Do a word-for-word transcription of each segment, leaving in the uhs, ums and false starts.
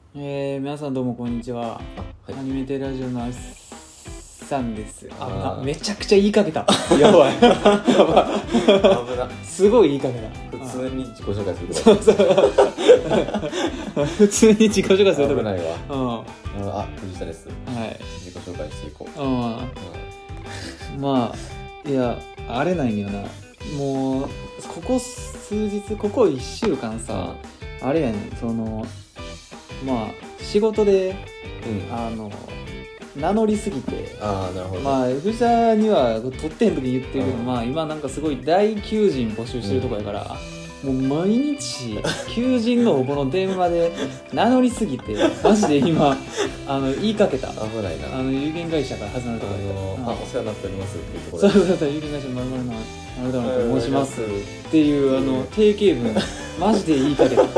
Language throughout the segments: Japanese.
えー、皆さんどうもこんにちは、 はい、 アニメテラジオのあすさんです。ああめちゃくちゃ言いかけたやばいやばい危なすごい言いかけた。 普通に自己紹介するとそうそう普通に自己紹介するとこ危ないわ。 うんあ、藤田です。 はい自己紹介していこう。 うんうまあいやあれないんよな。もうここ数日ここいっしゅうかんさ、あれやねん、そのまあ仕事でん。うん。ああの名乗りすぎて、 あー、なるほど。 まあ藤田には撮ってん時に言ってるけど、 うんまあ今なんかすごい大求人募集してるとこやから、もう毎日求人の応募の電話で名乗りすぎてマジで今あの言いかけた。 危ないな。 あの有限会社から始まるとこやから、 あのうんあ、お世話になっておりますっていうところで。 そうそうそう有限会社のまるまるのあれだろうと申しますっていうあの定型文マジで言いかけた。うん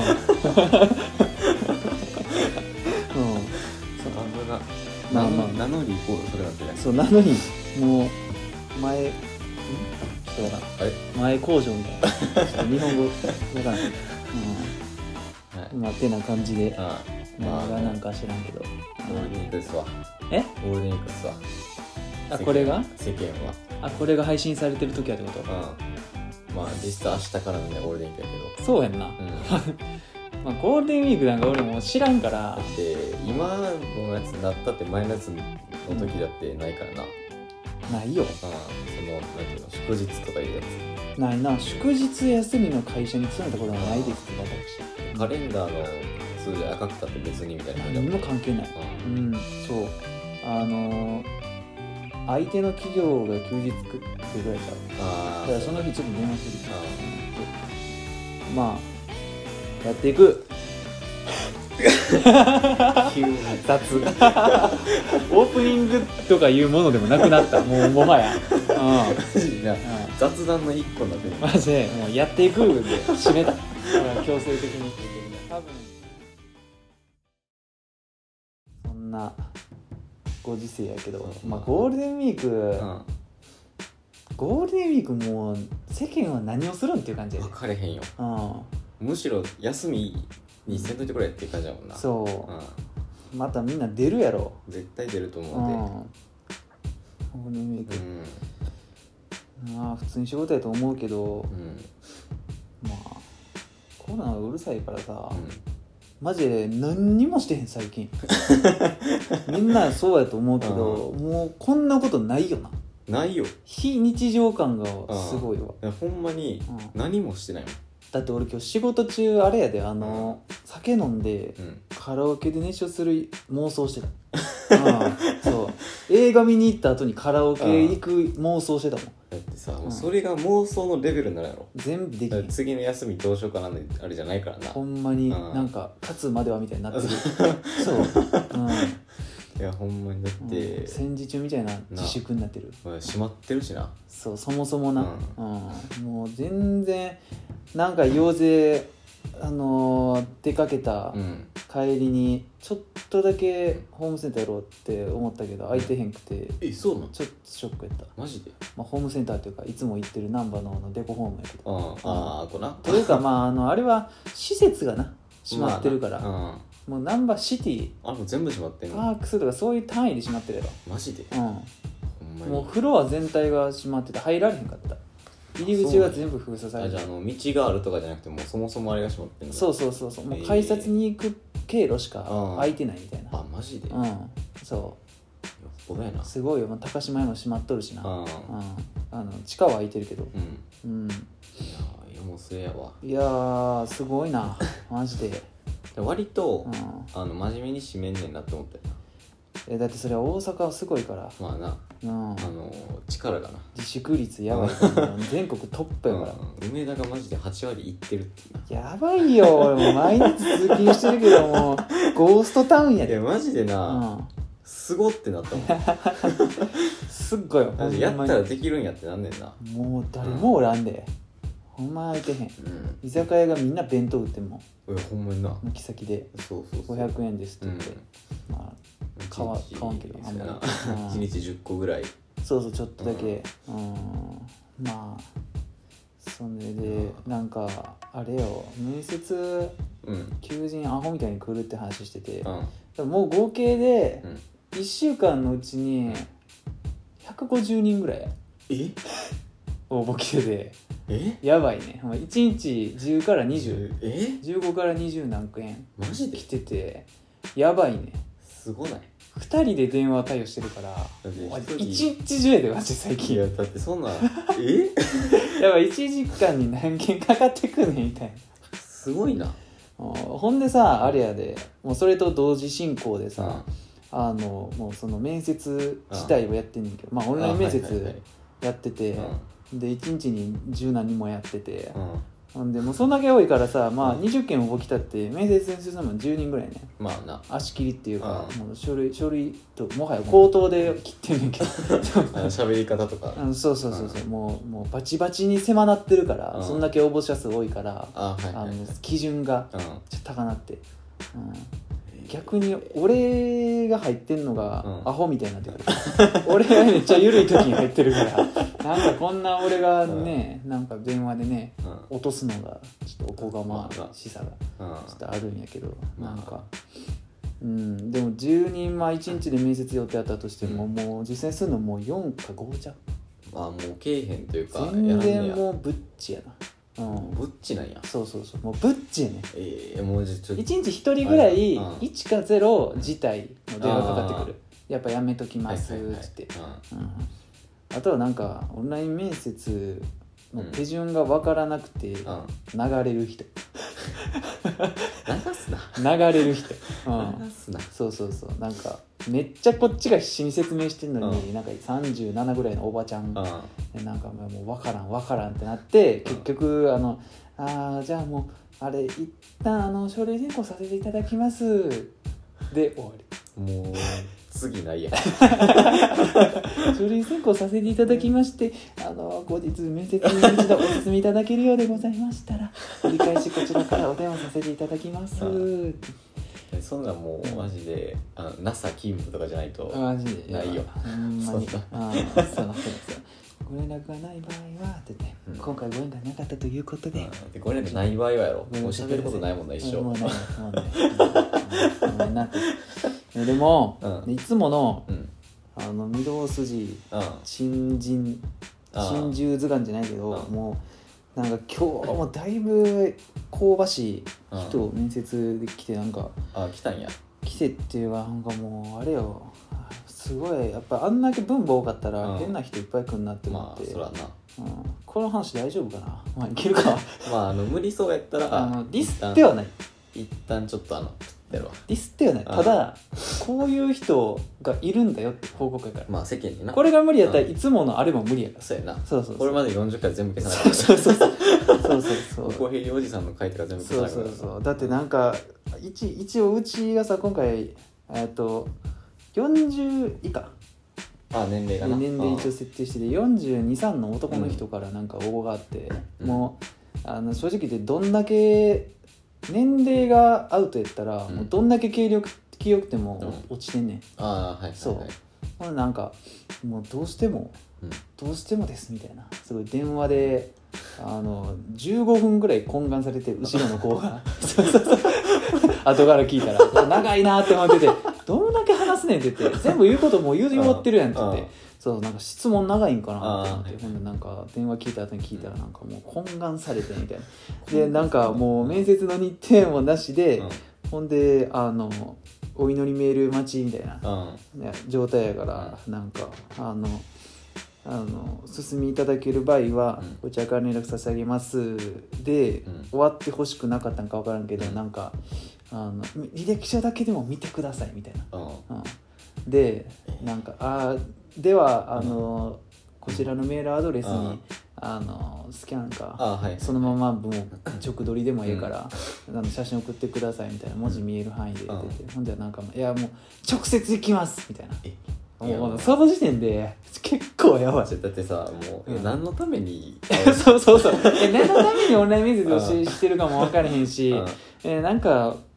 危な。 まあまあ名乗りイコールそれなんてない。 そうなのにもう前んちょっとわからんあれ前工場みたいなちょっと日本語わからん、 はい。 うん、まあてな感じであーまあ、 何がなんか知らんけど、 ゴールデンウィークですわ。 えゴールデンウィークっすわ。 あこれが世間は。 あこれが配信されてる時やってこと、 うん。まあ実質明日からみんなゴールデンウィークやけど。 そうやんな、 うん。 まあ、ゴールデンウィークなんか俺もう知らんからだって今のやつになったって前のやつの時だってないからな、うん、 ないよ。 そのなんていうの祝日とかいうやないな。祝日休みの会社に勤めたことはないですけどつカレンダーの数字赤くたって別にみたいな感じ何だもんも関係ない。 ううんんそうあのー、相手の企業が休日来るぐらいちゃう。 あだからその日ちょっと電話する。 あまあやっていく急に雑オープニングとかいうものでもなくなった。もうもはや、うんなうん、 雑談の一個になってるマジでもうやっていくで締めた。だから強制的に多分そんなご時世やけど、 うんまあゴールデンウィーク、 うんゴールデンウィークもう世間は何をするんっていう感じやで。 分かれへんよ。 うんむしろ休みにせんといてくれっていう感じだもんな。 そう、 うまたみんな出るやろ。 ん、絶対出るとうん思ゴールデンウィーク、 うんでうんまあ普通に仕事やと思うけど、 うんまあコロナがうるさいからさ、 うんマジで何にもしてへん最近みんなそうやと思うけど、もうこんなことないよな。 ないよ。 非日常感がすごいわ。 いやほんまにうん何もしてないもん。 だって俺今日仕事中あれやで、あの、うん、酒飲んで、 うん、 カラオケで熱唱する妄想してたあそう映画見に行った後にカラオケ行く妄想してたもん。 だってさ、 んもうそれが妄想のレベルになるやろ。 全部できる。 次の休みどうしようかなってあれじゃないからな。 ほんまにうんなんか勝つまではみたいになってるそう、うん、 いやほんまにだって、 うん、戦時中みたいな自粛になってる。 まあ、閉まってるしな。 そうそもそもな、 ううんもう全然なんか用事あのー、出かけたうん帰りにちょっとだけホームセンターやろうって思ったけど空いてへんくてえそうなのちょっとショックやった。 マジで。 まあ、ホームセンターっていうかいつも行ってる難波のあのデコホームやけど、 うんああこなというかまああのあれは施設がな閉まってるから、 まあなうんもう難波シティあもう全部閉まってんパの。 ークスとかそういう単位で閉まってるやマジで。 ろ。 ほんうん、 まにもうフロア全体が閉まってて入られへんかった。入り口が全部封鎖されてる。 あじゃああの道があるとかじゃなくてもうそもそもあれが閉まってんの。 そうそうそうそうもう改札に行く経路しか空いてないみたいな。 あマジで。 うんそよっぽどやな。 うすごいよ。まあ高島屋も閉まっとるしな。 うんうんあの地下は空いてるけどうんうんいやーいやもうそれやわ。 いやーすごいなマジで。 割と、 うんあの真面目に締めんねんなって思ったよえだってそれは大阪はすごいから、 な。まあなうん、 あの力がな。 自粛率やばいから全国トップやから、 うん梅田がマジではち割いってるっていうな。 やばいよ。俺もう毎日通勤してるけどもうゴーストタウンやで。 いやマジでな、 うんすごってなったもん。 すっごいよ。 マジやったらできるんやってなんねんな。 もう誰もおらんで、ほんま空いてへん。 うん居酒屋がみんな弁当売ってんもん。 いやほんまにな。 抜き先でそうそうそうごひゃくえんですって言って、 うんまあ買わ買わんけどあんまりいちにちじゅっこぐらい。 そうそうちょっとだけうん、まあそんででなんかあれよ面接うん求人アホみたいに来るって話してて、 うんもう合計でうんいっしゅうかんのうちにひゃくごじゅうにんぐらいえ応募来ててえやばいね。いちにちじゅうからにじゅうえじゅうごからにじゅう何件マジで来ててやばいね。 すごないふたりで電話対応してるからだってマジ一人一日中やでマジ最い近やだってそんなえやばいいちじかんに何件かかってくんねんみたいな。 すごいなほんでさあれやでもうそれと同時進行でさ、あのもうその面接自体をやってんねんけど、まあオンライン面接やってて、でいちにちに十何人もやってて、ほんでもうそんだけ多いからさ、まあにじゅっけん応募来たって面接にするのもじゅうにんぐらいね。 まあな足切りっていうか、 うんもう書類書類ともはや口頭で切ってんねんけどあの喋り方とかうんそうそうそうそう、もうもうバチバチに迫なってるから、 うんそんだけ応募者数多いから、 あはいはいはいあの基準がうんちょっと高なって、うん逆に俺が入ってんのがうんアホみたいになってくる、俺がめっちゃ緩い時に入ってるからなんかこんな俺がね、なんか電話でねうん落とすのがちょっとおこがままあしさがうんちょっとあるんやけど、 まあなんかうんでもじゅうにんまあいちにちで面接予定あったとしても、 うんもう実践するのもうよんかごじゃん。 まあもうけえへんというかやら全んねや然もうぶっちやな。うんぶっちなんやそうそうそうもうぶっちやね。 ええもうじゃちょっといちにちひとりぐらいうんいちかゼロ自体の電話かかってくる。やっぱやめときますっはいはいはいつって、 うんうんあとはなんかオンライン面接の手順が分からなくて流うんれる人、 流すな流れる人、うん、 流すなそうそうそうなんかめっちゃこっちが必死に説明してんのに、 うんなんかさんじゅうななぐらいのおばちゃん、 うんでなんかもう分からん分からんってなって結局あのあーじゃあもうあれ一旦あの書類選考させていただきますで終わり。 もう次ないやん書類選考させていただきましてあの後日面接に一度お進みいただけるようでございましたら折り返しこちらからお電話させていただきますうそんなんもうマジであの ナサ 勤務とかじゃないとマジでないよほんまにそんああそうそうそうご連絡がない場合はってね、 うん今回ご縁がなかったということで、 でこれでない場合はやろもう喋ることないもんな一生もうないもうないごめんなってでも、 うんいつものうんあの御堂筋うん新人あー真珠図鑑じゃないけど、 うんもうなんか今日もだいぶ香ばしい人う面接で来てなんかあ来たんや来てっていうかなんかもうあれよすごいやっぱあんだけ分母多かったらうん変な人いっぱい来るなって思まって、 あそらなうん、この話大丈夫かな、まあ、いけるかまああの無理そうやったらあのディスってはない一旦ちょっとあのやるわディスってはないただこういう人がいるんだよって報告やから、 まあ世間になこれが無理やったらうんいつものあれも無理やから、 そうやなそうそうそうこれまでよんじゅっかい全部消さなそうかったそうそうそうそうそう小平おじさんの書いてから全部消そうさなかったそうそうだってなんか一一応うちがさ今回えっとよんじゅう以下あ年齢がな年齢一応設定しててよんじゅうに、さんの男の人からなんか応募があって、 うんもうあの正直言ってどんだけ年齢がアウトやったら、 うんもうどんだけ経歴良くてもう落ちてんねん、 ああはいはいはいそうほらなんかもうどうしてもうんどうしてもですみたいなすごい電話であのじゅうごふんぐらい懇願されて後ろの子がそうそうそう後から聞いたら長いなって思っててどんだけ話すねんって言って全部言うこともう言うて思ってるやんって言ってうんそうなんか質問長いんかなって思ってあーほんでなんか電話聞いた後に聞いたらなんかもう懇願されてみたいなでなんかもう面接の日程もなしで、 うんほんであのお祈りメール待ちみたいなうんね状態やから、なんかあのあの進みいただける場合は、 うんこちらから連絡差し上げますで、 うん終わってほしくなかったんか分からんけど、 うんなんかあの履歴書だけでも見てくださいみたいな、 うんうん、でなんかあではあの、こちらのメールアドレスに、 うんあのスキャンかあはいそのままもう直撮りでもええから、あの写真送ってくださいみたいな文字見える範囲で出てて、ほんでなんかいやもう直接行きますみたいなえいやもうその時点で結構やばいだってさもう、 うん何のためにそうそうそうえ何のためにオンライン面接をししてるかも分からへんし、 うんえなんか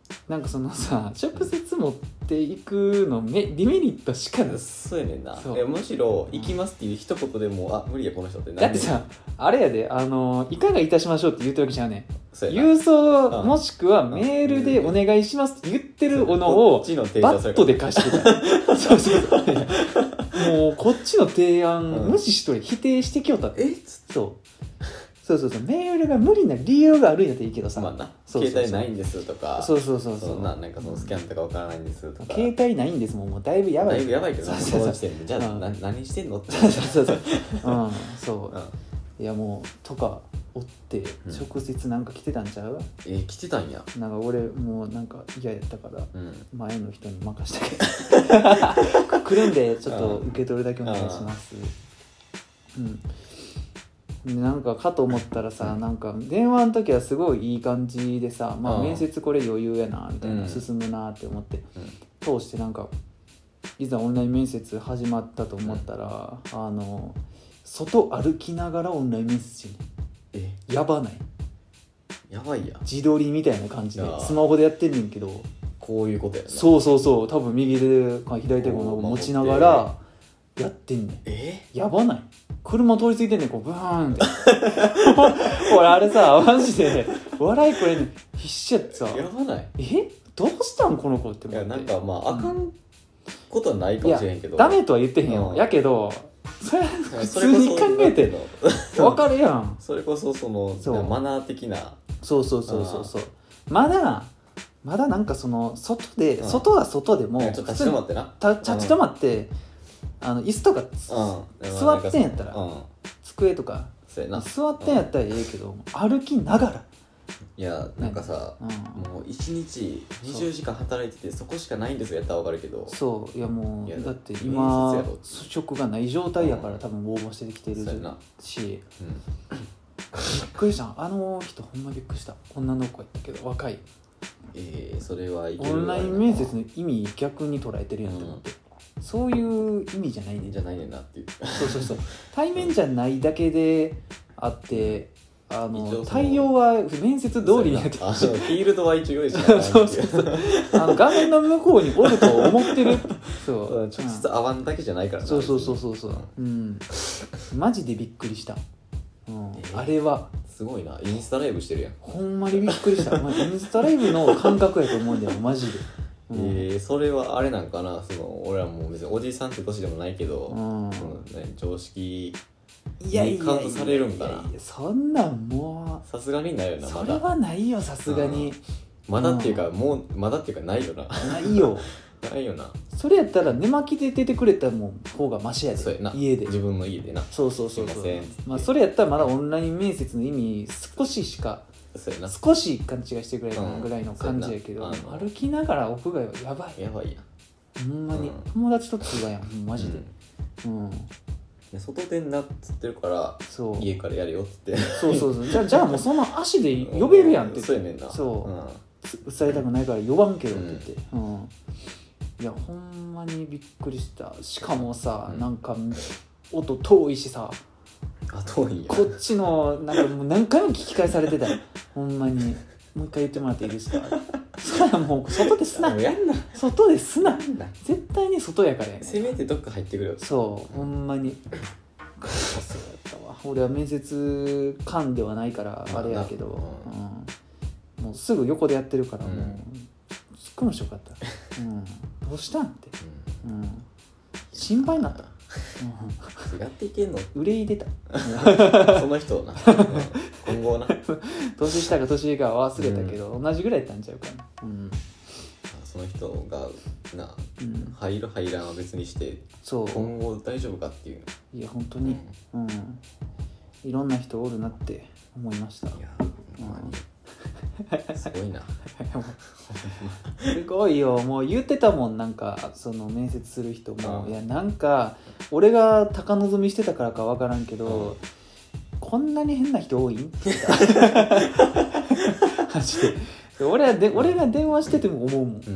なんかそのさ直接持っていくのメデメリットしかない。 そうやねんな。 そういやむしろ行きますっていう一言でもあ無理やこの人ってなんでだってさあれやであのいかがいたしましょうって言ってるわけじゃんねそうやな郵送うんもしくはメールでお願いしますって言ってるのをこっちの提バ案それットで貸してたそうそうそうもうこっちの提案うん無視しとり否定してきよったってえっつそうそうそうそうメールが無理な理由があるんやったらいいけどさ、 まあなそうそうそう携帯ないんですとかそうそうそうそうそんななんかそのスキャンとかわからないんですとか携帯ないんですもんもうだいぶやばいだいぶやばいけどなそうそうそうこの時点でじゃあうんな何してんのってそうそうそううんそう、 うんいやもうとかおってん直接なんか来てたんちゃう、 えー来てたんやなんか俺もうなんか嫌やったからうん前の人に任したけど来るんでちょっと受け取るだけお願いしますうんでなんかかと思ったらさなんか電話の時はすごいいい感じでさまあうん面接これ余裕やなみたいな、 うん進むなって思ってうん通してなんかいざオンライン面接始まったと思ったら、うん、あの外歩きながらオンライン面接してんねえんやばないやばいや自撮りみたいな感じでいやスマホでやってんねんけどこういうことやなそうそうそう多分右手か左手この持ちながらやってんねんえやばない車通り過ぎてんねんこうブーンって俺あれさマジで笑いこれ、ね、必死やってさやばないえどうしたんこの子ってい思ってやなんかまああかんことはないかいやもしれへんけどダメとは言ってへんよ、 うんやけどそれは普それこそ通に考えて分かるやんそれこそそのそうマナー的なそうそうそうそうそうまだまだなんかその外で、 うん外は外でもちょっと立ち止まってなた立ち止まって、あの椅子とかうん座ってんやったらうん机とかそうやな座ってんやったらええけど歩きながら、 いやなんかさうん、 もういちにちにじゅうじかん働いててそこしかないんですよやったら分かるけどそういやもいやうだって面今接やろ職がない状態やから、 うん多分応募してきてるそうやなしうんびっくりしたあの人ほんまびっくりした女の子やったけど若いえー、それはいけるオンライン面接の意味逆に捉えてるやんと思って、そういう意味じゃないねんじゃないねんなっていうそうそうそう対面じゃないだけであってあの一応その対応は面接通りにやってあのフィールドは一応用意しなきゃいけないそうそうそうあの画面の向こうにおると思ってるそう直接会わんだけじゃないからなそうそうそうそうそううんマジでびっくりした、うんえーあれはすごいなインスタライブしてるやん、 ほんまにびっくりした、まあ、インスタライブの感覚やと思うんだよマジで、うんえー、それはあれなんかなその俺らも別におじさんって年でもないけど、 うんそのね、常識いやいやいやカウントされるんかないやいやそんなんもさすがにないようなまだそれはないよさすがにまだっていうか、もうまだっていうかないよなないよないよなそれやったら寝巻きで出てくれたもん方がマシやでそうやな家で自分の家でなそうそうそうそうすいませんっつってまあそれやったらまだオンライン面接の意味少ししかそうやな少し勘違いしてくれるうんぐらいの感じやけど、 そうやなあの歩きながら屋外はやばいやばいやんほんまに、 うん友達と通話やんほんまマジでうん、 で外出んなっつってるからそう家からやれよっつってそうそうそうじゃあじゃあもうその足で呼べるやんって言ってそうやねんなそう、 んうされたくないから呼ばんけどって言って、うんいやほんまにびっくりしたしかもさ、 うんなんか音遠いしさあ遠いんやこっちのなんかもう何回も聞き返されてたよほんまにもう一回言ってもらっていいですかそらもう外ですなやんな外ですななんだ絶対に外やからやねせめてどっか入ってくるよそうほんまにそうやったわ俺は面接官ではないからあれやけど、 ううん、もうすぐ横でやってるからもう、 うんすっごい面白かった、うん、どうしたんって、うん、心配になった、 うんやっていけんのうん、憂い出たその人をな今後な年下か年上かは忘れたけど、同じぐらいやったんちゃうかな、うんその人がなうん、 入る入らんは別にしてそう今後大丈夫かっていういや本当に、うんいろんな人おるなって思いましたいやほんまにすごいなすごいよもう言ってたもんなんかその面接する人も、 うんいやなんか俺が高望みしてたからかわからんけど、 うんこんなに変な人多いんって言ったマジで俺はで俺が電話してても思うもんうん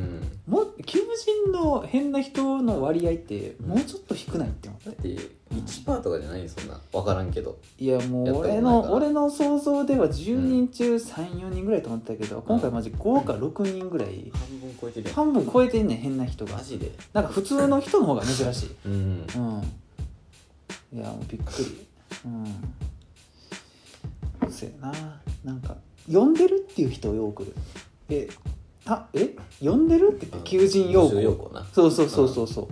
も求人の変な人の割合ってもうちょっと低ないって思だって いちパーセント とかじゃないんそんな分からんけど。 いやもう俺の俺の想像ではじゅうにん中 さん,よ 人ぐらいと思ったけど、今回マジごかろくにんぐらい、 半分超えてるやん。 半分超えてんねん変な人が。 マジで。 なんか普通の人の方が珍しい。 うん、 うん、いやもうびっくり。うんそうやな。なんか呼んでるっていう人よく来る。えたえ呼んでるって言って求人要項、 要項な。 そうそうそうそうそう、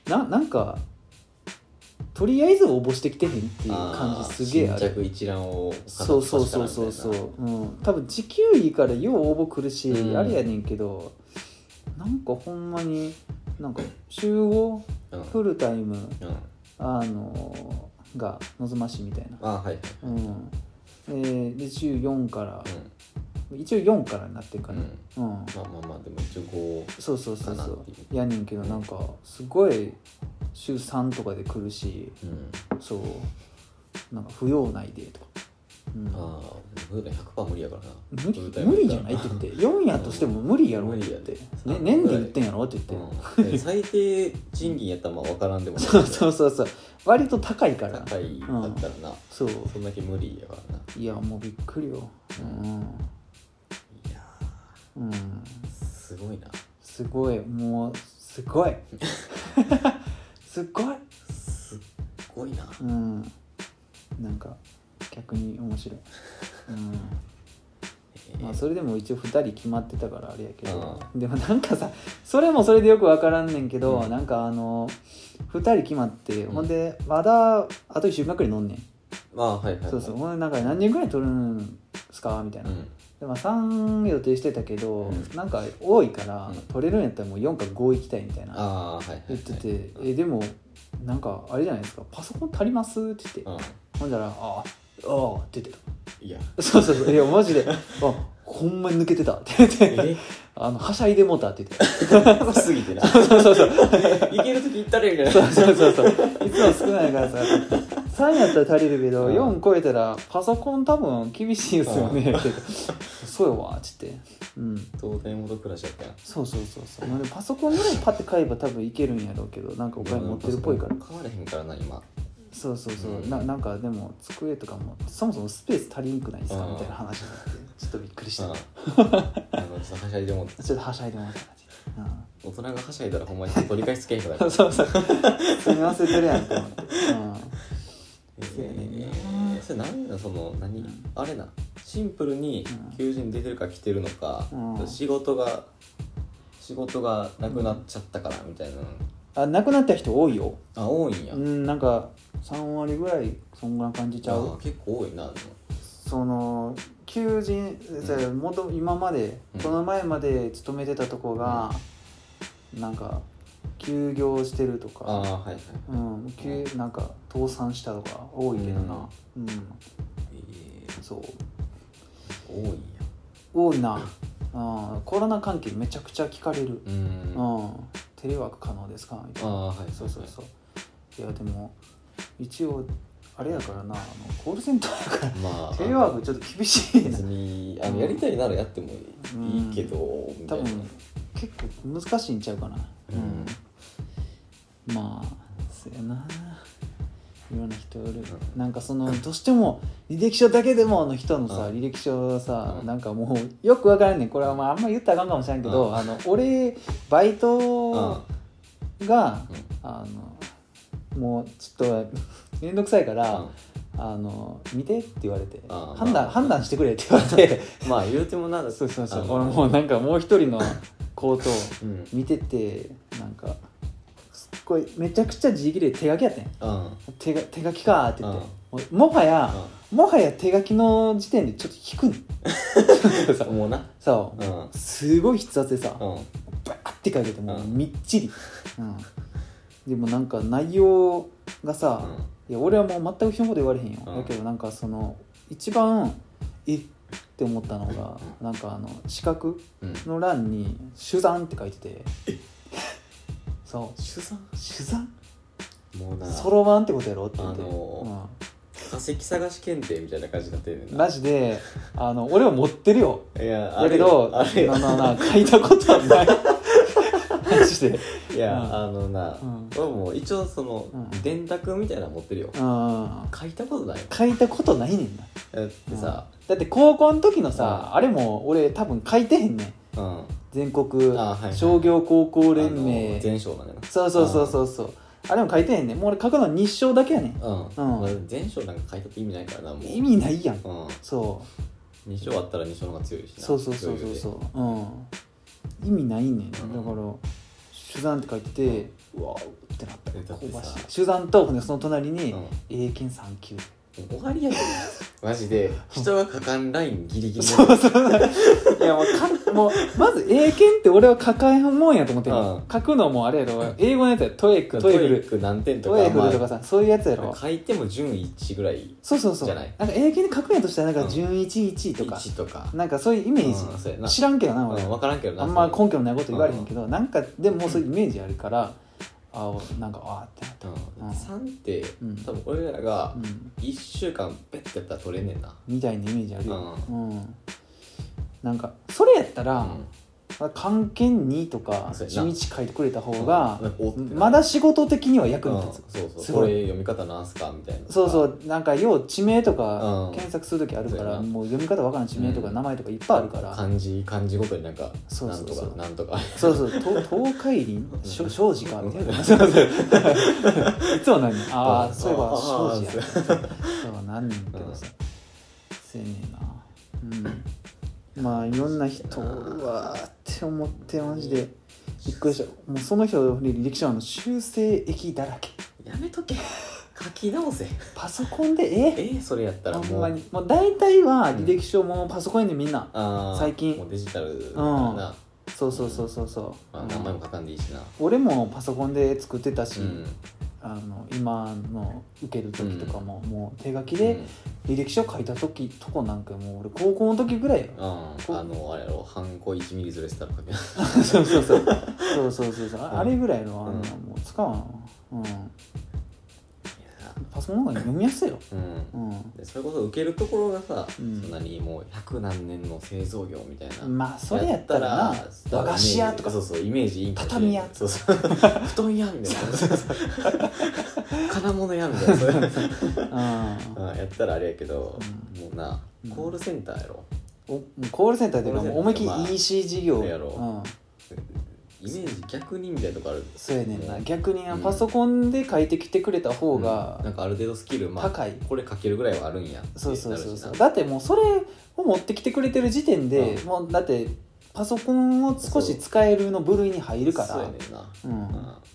ななんかとりあえず応募してきてへんっていう感じすげえある。 新着一覧をそうそうそうそうそう、うん、多分時給いいからよう応募来るし、うん、あれやねんけど、なんかほんまになんか週ご、うん、フルタイム、うん、あのが望ましいみたいな。 あ、はい、 うんえー、で週よんから、うん、一応よんからになってるから、うんうん、まあまあまあでも一応ごそうそうそうそうやねんけど、なんかすごい週さんとかで来るし、うん、そうなんか不要内でとか、うん、 ああ不要内 ひゃくパーセント 無理やからな。 無理無理じゃないって言ってよんやとしても無理やろって言って、うんね、年で言ってんやろって言って、 うん、最低賃金やったらまあ分からんでもないそうそうそうそう割と高いから高いだったらな、うん、そうそんだけ無理やからな。 いやもうびっくりよ、うん、いやー、うん、すごいな。 すごいもうすごいすっごいすっごいな。 うんなんか逆に面白い、うんえー、まあそれでも一応ふたり決まってたからあれやけど、でもなんかさそれもそれでよく分からんねんけど、うん、なんかあのふたり決まって、うん、ほんでまだあといっしゅうかんくらい乗んねん。 ああはいはい、はい、 そうそうほんでなんか何人ぐらい取るんすかみたいな、うん、でまあさん予定してたけど、うん、なんか多いから、うん、取れるんやったらもうよんかご行きたいみたいな、 あ、はいはいはい、 言ってて、うん、えでもなんかあれじゃないですかパソコン足りますって言って、うん、ほんだらああああって言ってた。いやそうそうそういやマジであほんまに抜けてたって言ってあのはしゃいでもたって言ってたすぎてなそうそうそういけるとき行ったらいいからそうそうそうそういつも少ないからささんやったら足りるけど、うん、よん超えたらパソコン多分厳しいですよねって言ってそうよわっつって、うん、 東大元暮らしやったやん。 そうそうそうそうなんでパソコンぐらいパッて買えば多分いけるんやろうけどなんかお金持ってるっぽいから買われへんからな今。そうそうそう、うん、な, なんかでも机とかもそもそもスペース足りんくないですかみたいな話になってちょっとびっくりした。あのちょっとはしゃいでもちょっとはしゃいでもった感じ、 うん、大人がはしゃいだらほんまに取り返すけへんから。 そうそうすみませんてるやんと思って、うんえー、それ何だその何、うん、あれなシンプルに求人出てるか来てるのか、うん、仕事が仕事がなくなっちゃったからみたいな、 あ亡くなった人多いよ。 あ多いんや。 うんなんかさん割ぐらいそんな感じちゃう。 あ結構多いな。 その求人、うん、もと今まで、うん、この前まで勤めてたとこが、うん、なんか休業してるとか、 あ、はいはい、 うん、なんか倒産したとか多いけどな、うんうん、えー、そう多いんや。 多いな、うん、コロナ関係めちゃくちゃ聞かれる、うん、うん、テレワーク可能ですかみたいな。あ、はい、そうそうそう。いやでも一応あれやからなあのコールセンターやから、まあ、テレワークちょっと厳しいな。 別にあのやりたいならやってもいいけど、うん、 多分結構難しいんちゃうかな、うんうん、まあそうやないろんな人いる、うん、なんかそのどうしても履歴書だけでもの人のさ、うん、履歴書さ、うん、なんかもうよく分からんねんこれはまああんま言ったらあかんかもしれんけど、うん、あの俺バイトが、うん、あのもうちょっとめんどくさいから、うん、あの見てって言われて判断、まあ、判断してくれって言われてまあ言うてもなんだそうそうそう俺もうなんかもう一人の子と見てて、うん、なんかすっごいめちゃくちゃ字切れ手書きやってん、うん、手が手書きかって言って、うん、もはや、うん、もはや手書きの時点でちょっと引くんもうなそう、うん、すごい筆圧でさ、うん、バーって書いててもうみっちり、うん、でもなんか内容がさ、うんいや俺はもう全く人のこと言われへんよ、うん、だけどなんかその一番えって思ったのが、うん、なんかあの資格の欄に「手段」って書いてて、うん、そう手段手段もうなそろばんってことやろって言って、 あのーうん、化石探し検定みたいな感じになってるねんなマジであの俺は持ってるよいやだけどあれななな書いたことはないしていや、 うんあのな、 うん、 俺も一応その、 うん、 電卓みたいなの持ってるよ。 あ書いたことないよ。 書いたことないねんな。 だってさ、 うん、だって高校の時のさ、 うん、 あれも俺多分書いてへんねん、うん、全国商業高校連盟全賞なんだよな。 そうそうそうそうそう、あれも書いてへんねん。もう俺書くのは日賞だけやねん。 うん、うんまあ、 全賞なんか書いたって意味ないからな。もう意味ないやん、 うん、 そうに賞あったらに賞の方が強いしな。 そうそうそうそうそう、うん、意味ないねん、うん、だから手段って書いてて、うわーってなった。香ばしい手段とその隣に、うん、英検さん級終わりやでマジで人が書かんラインギリギリそうそういやもうかもうまず英検って俺は書かへんもんやと思ってる、うん、書くのもあれやろ、英語のやつやトエックトエフルトエック何点とかトエフルとかさ、まあ、そういうやつやろ。 書いても準いちぐらいそうそうそう、 じゃない。 なんか英検で書くんやとしたらなんか準いち、いちとかいちとかなんかそういうイメージ、うん、知らんけどな俺、 うん、分からんけどな、 あんま根拠のないこと言われへんけど、うん、なんかでもそういうイメージあるから、あなんかあーってなった、 うん、さんって、うん、多分俺らがいっしゅうかんペッてやったら取れんねんなみたいなイメージあるよ、 うんうん、なんかそれやったら、 うん漢検にとか地道書いてくれた方が、うん、まだ仕事的には役に立つ、 うん、そうそうこれ読み方なんすかみたいな。 そうそうなんか要地名とか検索する時あるから、うん、もう読み方わからん地名とか名前とかいっぱいあるから、うん、 漢字漢字ごとになんかそうそうそうなんとかなんとかそうそう東海林庄司かみたいなそうそういつも何ああそういえば庄司やそうなんねんけどさ、せやねんな、うんまあいろんな人うわーって思ってマジでびっくりした。もうその人の履歴書の修正液だらけ。 やめとけ書き直せパソコンでええそれやったらもうほんまにもう大体は履歴書もパソコンでみんな、うん、最近もうデジタルだな、うん、そうそうそうそうそう、 まあ、名前も書かんでいいしな。 俺もパソコンで作ってたし、 うんあの今の受ける時とかも、うん、もう手書きで履歴書書いた時とこなんかもう俺高校の時ぐらいよ、 うん、あのあれやろハンコいちミリずれしたら書けないそうそうそうそうそうそうそう、うん、あれぐらいのあんなもう使わん、うん、パソコンの方が読みやすいよ、 うんうん、でそれこそ受けるところがさ、うん、そんなにもう百何年の製造業みたいな、 まあそれやったらな和菓子屋とかそうそうイメージいいんかもしれない。 畳屋そうそう布団屋みたいな金物屋みたいなそういうあやったらあれやけど、うん、もうなコールセンターやろ、 おコールセンターっていうか思いっきり イーシー 事業やろ、うんイメージ逆にみたいなとこある。 そうやねんな、逆にパソコンで書いてきてくれた方が、 うん、なんかある程度スキル、まあ、 高いこれ書けるぐらいはあるんやってそうそうそうそうだってもうそれを持ってきてくれてる時点で、うん、もうだってパソコンを少し使えるの部類に入るからそうやねんな、 うん、うん、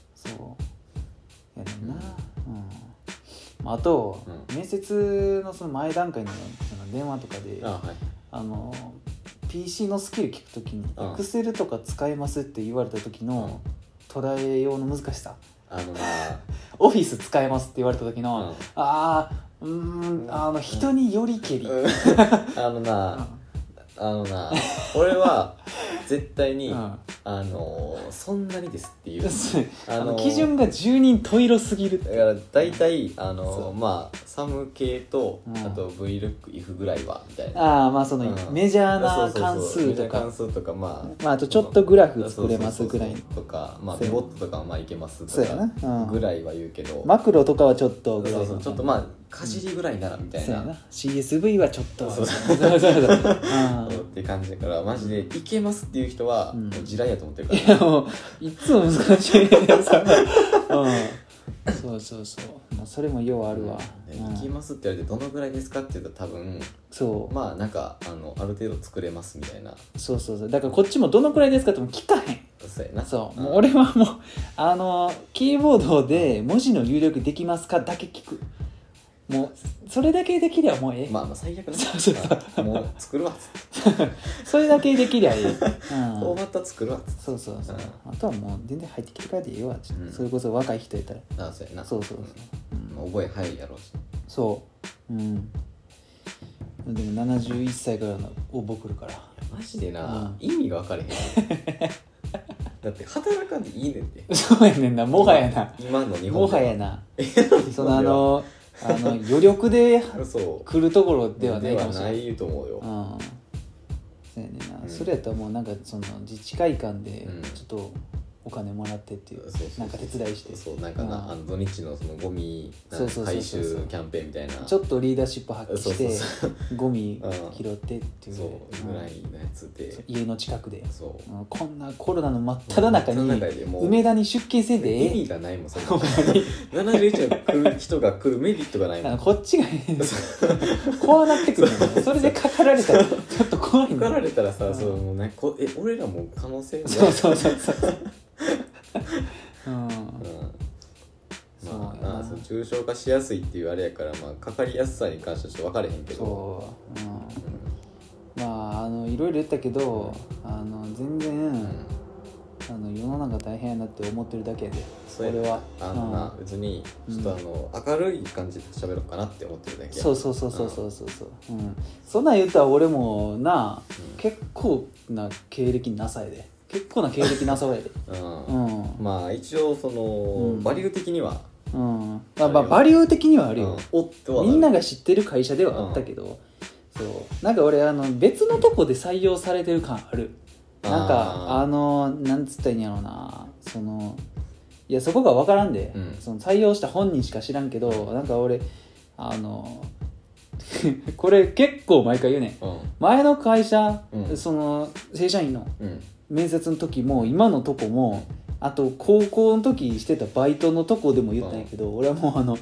そうやねんな、うん、あと、うん、面接のその前段階の電話とかであ、はい、 あのピーシー のスキル聞くときに Excel とか使えますって言われた時の捉えようの難しさ、 あのなオフィス使えますって言われた時の、 うん、 あーうーんあの人によりけり、うん、 あのな、うん、あのな俺は絶対に、うん、あのそんなにですっていうあの基準がじゅうにん十色すぎる。 だから大体あのまあサム系と、うん、あと ブイルックイフぐらいはみたいな。 ああまあその、うん、メジャーな関数とか関数とかまあまああとちょっとグラフ作れますぐらいとかまあピボットとかはまあいけますとかぐらいは言うけど、 マクロとかはちょっとぐらい、 そうそうちょっとまあかじりぐらいならみたいな、 そうやな シーエスブイ はちょっとそうそうそうそうって感じだからマジでいけますっていう人はもう地雷やと思ってるから、 いやもういつも難しいさ、うん、そうそうそう、まあ、それもようあるわ、 うん、いけますって言われてどのぐらいですかって言うと多分そうまあなんかあのある程度作れますみたいな。 そうそうそうだからこっちもどのくらいですかっても聞かへん。 そうやなそう、うん、もう俺はもうあのキーボードで文字の入力できますかだけ聞く。もうそれだけできりゃもうええ。 まあまあ最悪なそうそうそうもう作るわっつってそれだけできりゃええ、うん、フォーマット作るわっつってそうそうそう、うん、あとはもう全然入ってきてからでええわ、うん、それこそ若い人やったらああそうやなそうそうそう、 うんまあ、覚え早いやろうしそううんでもななじゅういっさいからの応募来るからマジでな、うん、意味が分かれへんだって働かんでいいねんってそうやねんなもはやな今の日本もはやなそのあのあの余力で来るところではないかもしれない。 ではないと思うよ。 うん、そうやねんな、うん。それやったらもうなんかその自治会館でちょっとお金もらってっていう、 そうそうそうなんか手伝いして、 そうなんかな、 うん、 あの土日のそのゴミそうそうそうそう回収キャンペーンみたいな、 ちょっとリーダーシップ発揮してそうそうゴミ拾ってっていう、 そうぐらいのやつで、 うん、家の近くで、 そう、 うん、こんなコロナの真っ只中にもう梅田に出勤せんでええ、 意味がないもん、そのななじゅういちが来る人が来るメリットがないもん。 こっちが怖なってくるのね。それでかかられたらちょっと怖いの。 かかられたらさ、うん、そうもうね、こえ俺らも可能性がそうそうそうそううん、うん、 まあな、その重症化しやすいっていうあれやから、まあかかりやすさに関してはちょっと分かれへんけど、 そう、うん、まああのいろいろ言ったけど、あの全然、うん、あの世の中大変やなって思ってるだけで、それはあのな、うん、別にちょっとあの、うん、明るい感じで喋ろうかなって思ってるだけや。 そうそうそうそうそうそうそう、うん、そんなん言ったら俺もな、うん、結構な経歴なさやで、結構な経歴なさやで、 うんうん、まあ一応その、うん、バリュー的には、 うんまあ、まあバリュー的にはあるよ、 うん、おってはみんなが知ってる会社ではあったけど、うん、そうなんか俺あの別のとこで採用されてる感ある。なんかあのなんつったらいいんやろうな、そのいやそこが分からんで、うん、その採用した本人しか知らんけど、なんか俺あのこれ結構毎回言うね、うん、前の会社、うん、その正社員の面接の時も今のとこも、あと高校の時してたバイトのとこでも言ったんやけど、うん、俺はもうあの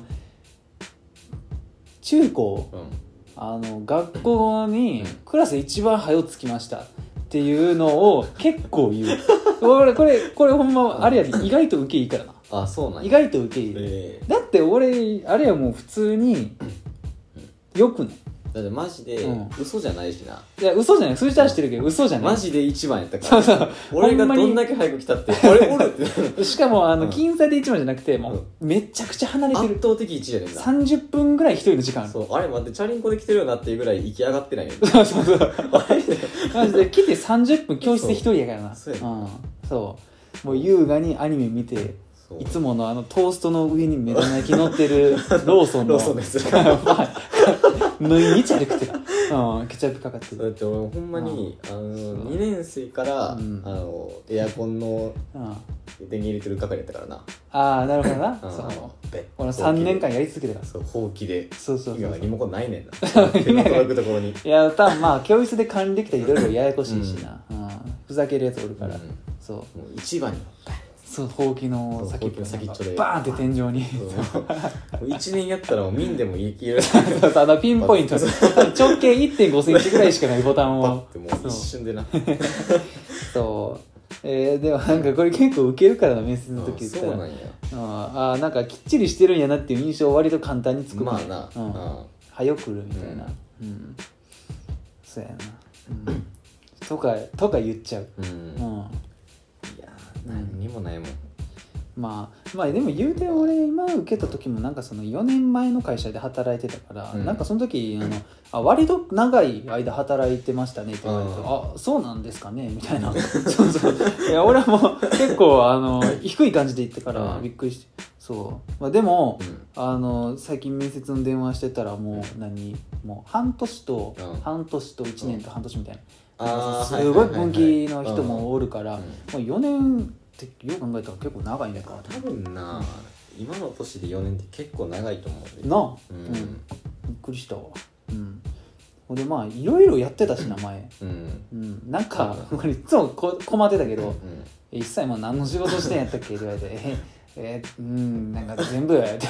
中高、うん、あの学校にクラス一番早つきましたっていうのを結構言う俺これこれほんまあれやで、意外と受けいいからな。 あ、そうなんや。 意外と受けいい、えー、だって俺あれやもう普通によくね、 だってマジで嘘じゃないしな、 うん、いや嘘じゃない、数字出してるけど嘘じゃない、 マジで一番やったから。そうそう、俺がどんだけ早く来たって俺おるってしかもあの僅差で一番じゃなくて、もうめちゃくちゃ離れてる、 圧倒的一位やねんな。 さんじゅっぷんぐらい一人の時間ある。 そう、あれ待って、チャリンコで来てるよなっていうぐらい行き上がってないよそうそうそうあれマジで来てさんじゅっぷん教室で一人やからな。そう、そう、うん、そうもう優雅にアニメ見て、いつものあのトーストの上に目玉焼き乗ってるローソンのローソンのやつ毎日歩くて、うん、ケチャップかかってる。 だって俺ほんまに、うん、あのにねん生から、うん、あのエアコンの電源入れてる係やったからな。 ああなるほどな、うん、そう俺さんねんかんやり続けたから。 そう、ほうきで。 そうそうそうそう、 今リモコンないねんな手の届くところに。 いや多分まあ教室で管理できたらいろいろややこしいしな、うんうん、ふざけるやつおるから、うん、そうもう一番にそう、ほうきの先っぽ先っちょでバーンって天井にいちねんやったらもう民でもいけるあのピンポイント直径 いってんごセンチぐらいしかないボタンをパッてもう一瞬でなそう、えー、でもなんかこれ結構ウケるからな、面接の時言ったら。 そうなんや。 ああなんかきっちりしてるんやなっていう印象を割と簡単に作る、ね、 まあな、 うん、はよ来るみたいな、うん、うん、そうやな、うん、とかとか言っちゃう、うん、うん、いや何にもないもん。 まあ、まあでも言うて俺今受けた時もなんかそのよねんまえの会社で働いてたから、うん、なんかその時あのあ割と長い間働いてましたねって言われて、うん、あそうなんですかねみたいなそうそう、いや俺はもう結構あの低い感じで言ってからびっくりして、そう、まあ、でも、うん、あの最近面接の電話してたらもう何もう半年と、うん、半年といちねんと半年みたいな、うん、すごい分岐の人もおるから、もうよねんってよく考えたら結構長いねから多分な、うん、今の年でよねんって結構長いと思うなあ、うん、うん、びっくりしたわ。うんほんでまあいろいろやってたしな前、うんうん、なんか、うん、いつもこ困ってたけど、うん、一切もう何の仕事してんやったっけって言われてええー、うんなんか全部やって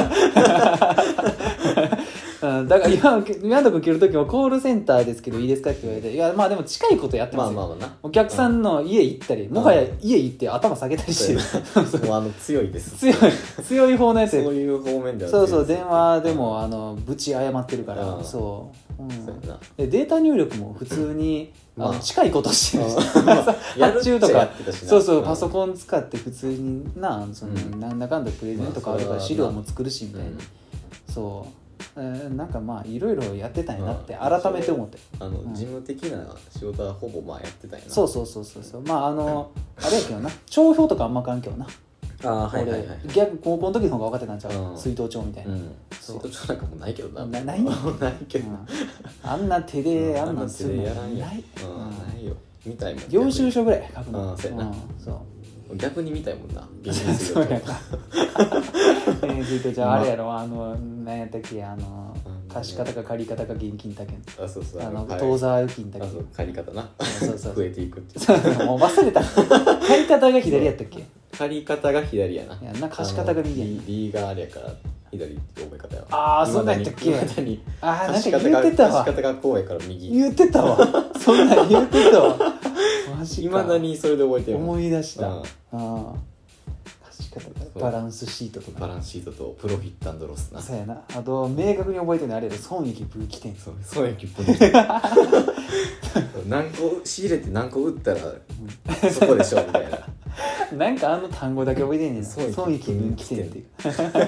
だから今今のとこ来る時もコールセンターですけどいいですかって言われて、いやまあでも近いことやってますよ、まあまあまあな、お客さんの家行ったり、うん、もはや家行って頭下げたりしてる、 もうあの強いです強い強い方のやつそういう方面ではそうそう電話でも、うん、あのブチ謝ってるから、うん、そう、うん、そうやな。でデータ入力も普通に、うん、あの近いことしてる、まあ、発注とかそうそう、うん、パソコン使って普通になその、うん、なんだかんだプレゼントとかあるから資料も作るしみたいな、うん、そう、えー、なんかまあいろいろやってたんやなって改めて思って、 あの、うん、事務的な仕事はほぼまあやってたんやな。 そうそうそうそうそう、まああのあれやけどな帳票とかあんま関係はな、 あはいはいはい、 逆高校の時の方が分かってたんちゃう、うん、水筒帳みたいな、うん、 水筒帳なんかもうないけどな、 なないのないけど、うん、 あんな手で、うん、あんなんするのない、うん、 ないよみたいもん領収書ぐらい書くの、 うん、そうやな、うん、 そう逆に見たいもんな現実そうやな現実じゃああれやろあの何やったっけあの貸し方か借り方か現金だけあそうそうあのはい当座預金だけあそう借り方なそうそう増えていくってそうもう忘れた借り方が左やったっけ借り方が左やないやな貸し方が右やな B, B があれやから左って覚え方やわああそんなんやったっけ未だにああなん貸しか方が言ってたわ貸し方がこうやから右言ってたわそんなん言ってたわマジか未だにそれで覚えてる思い出したうんああ貸し方がバランスシートとかバランスシートとプロフィット&ロスなそうやなあと明確に覚えてるのあれやろ損益分岐点そうそうやきっぽい何個仕入れて何個売ったらそこでしょみたいななんかあの単語だけ覚えてんねんな損益損益分岐点っていう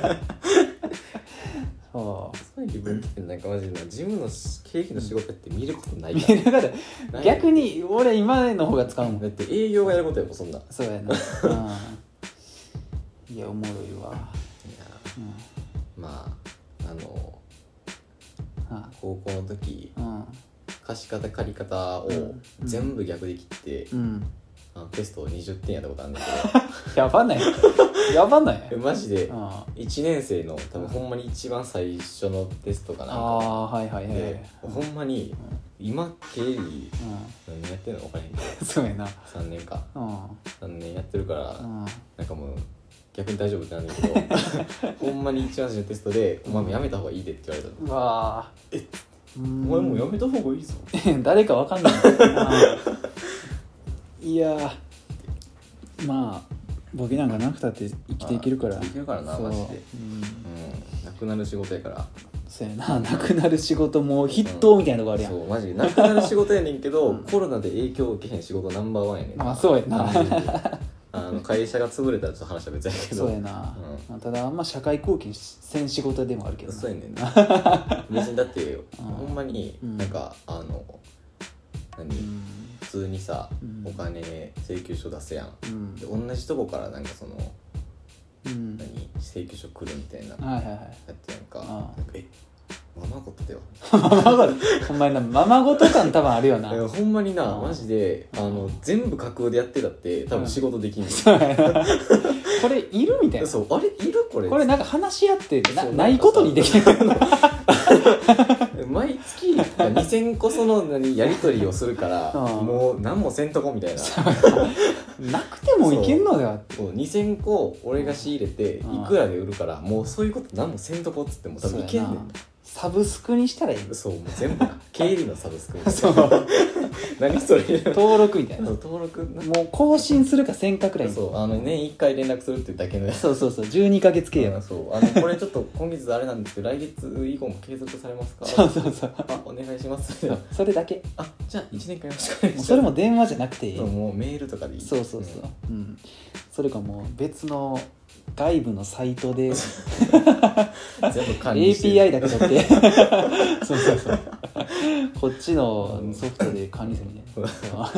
そうそうやき分岐点なんかマジでな事務の経費の仕事って見ることない見かえながらら逆に俺今の方が使うもんだって営業がやることやもんそんなそうやな、うん、いやおもろいわ、 いやまああのうんは高校の時あ貸し方借り方を全部逆で切って、 うん、うん、 あのテストにじゅってんやったことあるんだやばないやばないけどマジでうんいちねん生の多分ほんまに一番最初のテストかなああはいはいはい、 でほんまに今経理う何年やってるの分からへんけどん、そうやなさんねんかうんさんねんやってるからうんなんかもう逆に大丈夫ってなんだけどほんまに一番最初のテストで「お前もうやめた方がいいで」って言われたのうわえおお前もうやめた方がいいぞ誰かわかんないいやーまあボケなんかなくたって生きていけるから生きていけるからなそうマジでうんうんなくなる仕事やからそうやななくなる仕事もう筆頭みたいなとこあるやん、 そうマジでなくなる仕事やねんけど、 うんコロナで影響を受けへん仕事ナンバーワンやねんまあそうやなマジであの会社が潰れたらちょっと話は別やけどそうやな、まあただあんま社会貢献せん仕事でもあるけどなそうやねんな別にだってほんまにうんなんかあの何、 うん普通にさ、 うんお金請求書出すやんうんで同じとこからなんかそのうん何請求書来るみたいなはいはいはいやってやんかああなんかえままごとではママごとほんまになままごと感多分あるよなえほんまになああマジであの全部架空でやってたって多分仕事できんのそうやなこれいるみたいなそうあれいるこれこれなんか話し合ってなそうないことにできる毎月にせんこその何やり取りをするからうんもう何もせんとこみたいななくてもいけんのではってもうにせんこ俺が仕入れていうんくらで売るからもうそういうこと何もせんとこっつっても多分いけんねんそうやなサブスクにしたらいいそうもう全部な経理のサブスクみたいそうな何それ登録みたいな登録なもう更新するかせんかくらいそうあの年いっかい連絡するっていうだけのやつそうそうそうじゅうにかげつ契約そうあのこれちょっと今月あれなんですけど来月以降も継続されますかそうそうそうあお願いしますそれだけあじゃあいちねんかんよろしくお願いしますもうそれも電話じゃなくていいそうもうメールとかでいいそうそうそう、うんそれかもう別の外部のサイトでうん全部管理してエーピーアイ だけ取ってそうそうそうこっちのソフトで管理するみたいな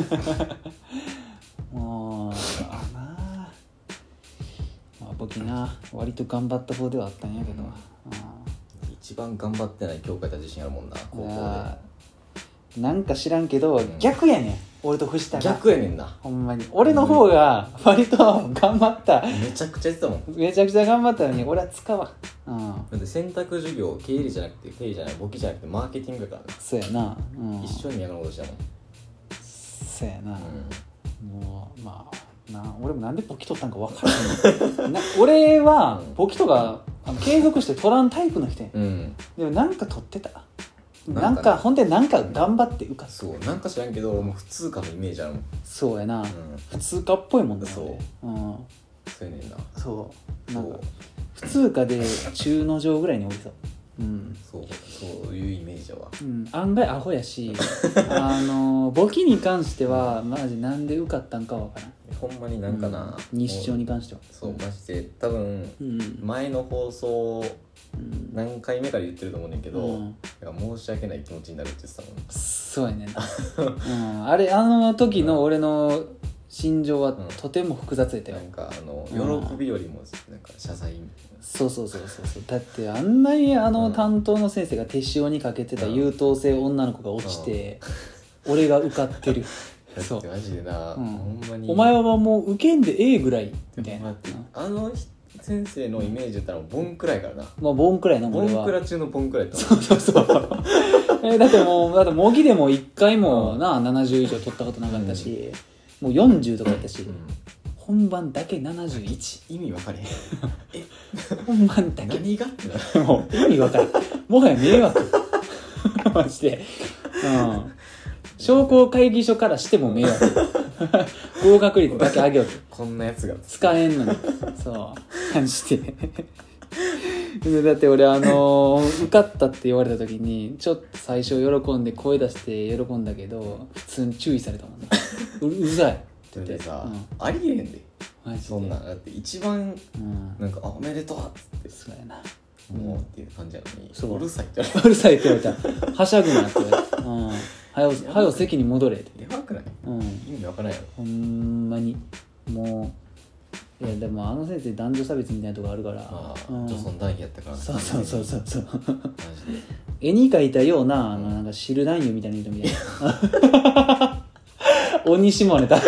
そうもうあなまあ僕な割と頑張った方ではあったんやけど、 一番頑張ってない教科やったら自信あるもんな高うん、い校やなんか知らんけど、 ん逆やねん俺と藤田でが逆やねんなほんまに俺の方が割と頑張っためちゃくちゃやってたもんめちゃくちゃ頑張ったのに俺は使うわうんだって選択授業経理じゃなくて経理じゃない簿記じゃなくてマーケティングやからねそうやな、うん、 一緒にやることしたもんそうやな、 うもうまあな俺もなんで簿記取ったんか分からんな俺はうん簿記とかあの継続して取らんタイプの人やんんうんでもなんか取ってたなかなんんかほんでなんか頑張って受かったそうなんか知らんけど俺もう普通科のイメージあるもんそうやな、 うん普通科っぽいもんねそう俺うんそうやねんなそうなんかそう普通科で中の上ぐらいに降りそううんそうそういうイメージやわうん、案外アホやしあの簿記に関してはマジなんで受かったんかわからんほんまになんかな、 うん日照に関してはそうマジで多分うん、 前の放送うん、 何回目から言ってると思うねんけど、 うんなんか申し訳ない気持ちになるって言ってたもんそうやねんな、うん、あれあの時の俺の心情はとても複雑やったよ、 なんかあのうん喜びよりもなんか謝罪みたいそうそうそうそうそうだってあんなにあの担当の先生が手塩にかけてた優等生女の子が落ちて、俺が受かってるそうだってマジでな、 うんほんまにお前はもう受けんでええぐらいみたいな、 だってあの先生のイメージだったらボンくらいからな、 まあボンくらいのボ俺はンクラ中のボンくらいだったそうそうそうえだってもうだって模擬でもいっかいもなななじゅう以上取ったことなかったし、うん、もうよんじゅうとかやったし、うん、本番だけななじゅういち意味分かれへんえ本番だけ何がってなもう意味分かるもはや迷惑マジで、うん商工会議所からしても迷惑合格率だけ上げようとこんなやつが使えんのにそう感じてでだって俺あのー、受かったって言われた時にちょっと最初喜んで声出して喜んだけど普通に注意されたもんねう, うざいってだってさ、 うん、 ありえへんでマジでそんなんだって一番、 うん、 なんかあおめでとうっつってそうやなもうっていう感じやのに、 そううるさいって言われうるさいって言われたはしゃぐなって言われた、うん、はよはよ席に戻れって、 やばくない、 うん、 意味わからんやろほんまにもういやでもあの先生男女差別みたいなとこあるから、 まあ、 うん、 女尊男卑やったからそうそうそうそうそうマジで絵に描いたようなあのなんか汁男優みたいな人みたいな鬼下ネタ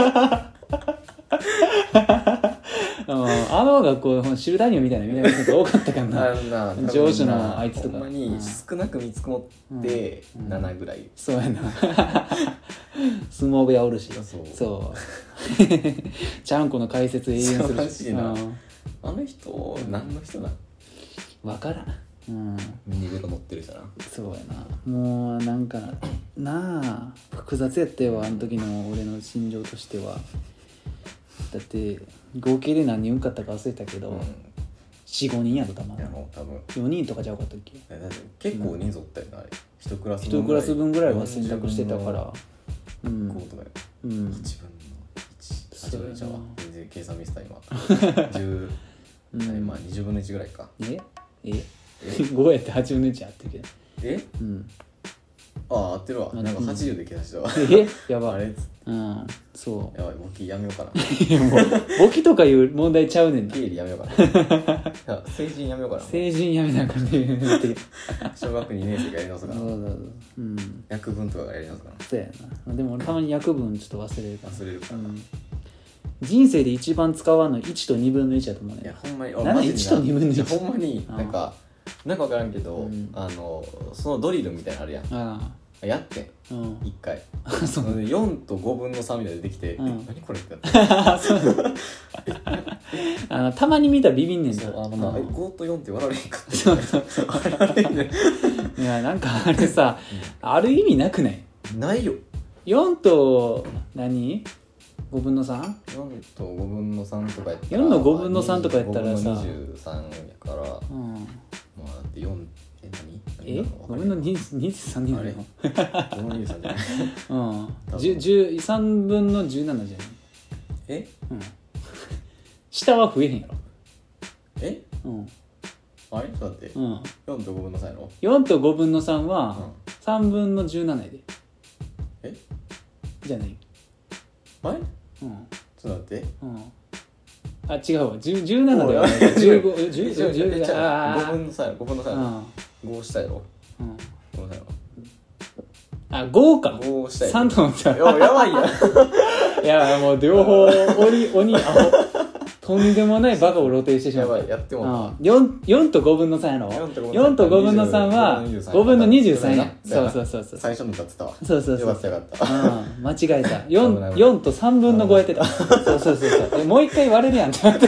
あの学校汁男優みたいなみたいな人が多かったからなあんな上司のあいつとかほんまに少なく見積もってななぐらい、 そうやな相撲部屋おるしそうそうちゃんこの解説永遠するし、 うん、あの人何の人な分からん、うん、 ミニベロ乗ってるじゃなそうやなもうなんかなあ複雑やったよあの時の俺の心情としてはだって合計で何人受かったか忘れたけど、うん、よん、ごにんやろたまにいやもう多分よにんとかじゃなかったっけ結構人数おったよな、うん、一クラス分ぐらいいちクラス分ぐらいは選択してたからうん、こうとかうん、いちぶんのいち、はちぶんのいちは全然計算ミスった今じゅう、うん、まあにじゅうぶんのいちぐらいかええごやってはちぶんのいちあってるけどえうんああ合ってるわ、なんかはちじゅうで計算したわえやばいあれうんそうやばい簿記やめようかなもう簿記とかいう問題ちゃうねんな経理やめようかな成人やめようかな成人やめなあかんね小学にねん生がやり直すかなそうそうそう、うん、 約分とかがやり直すかなそうやなでも俺たまに約分ちょっと忘れるから忘れるから、うん、 人生で一番使わんのいちとにぶんのいちだと思うね。 いやほんまになんでいちとにぶんのいちほんまになんかなんか分からんけど、うん、あのそのドリルみたいなのあるやんあやってん、うん、いっかいそうよんとごぶんのさみたいなでできて、うん、え何これってなってあのたまに見たらビビんねんそうあの、まあ、ごとよんって割られへんかってそうそうそういやなんかあれさ、うん、ある意味なくない？ ないよよんと何ごぶんの さん? よんとごぶんのさんとかやったらよんのごぶんのさんとかやったらさごぶんのにじゅうさんやから、うん、まあだってよんえ何えごぶんのにじゅうさんになるのごぶんのにじゅうさんじゃないうんさんぶんのじゅうななじゃないえうん下は増えへんやろえうんあれちょっと待って、うん、よんとごぶんのさんやろよんとごぶんのさんはさんぶんのじゅうななやでえじゃないあれうんちょっと待って、うん、 あ違うわじゅうななではないじゅうご、じゅう、じゅう、じゅう、じゅう、あごぶんのさんやろごぶんのさんやろ、うん、ご下やろうんごのさんやろあごかご下やろさんと思ったややばいやいやもう両方鬼鬼アホとんでもないバカを露呈してしまうやばいやってもう 4, 4とごぶんのさんやろよんとごぶんのさんはごぶんのにじゅうさんやそうそうそうそう最初の歌ってたわそうそうそうよかったよかった、 うん、間違えた 4, よんとさんぶんのごやってたそうそうそうそうもう一回割れるやんってなって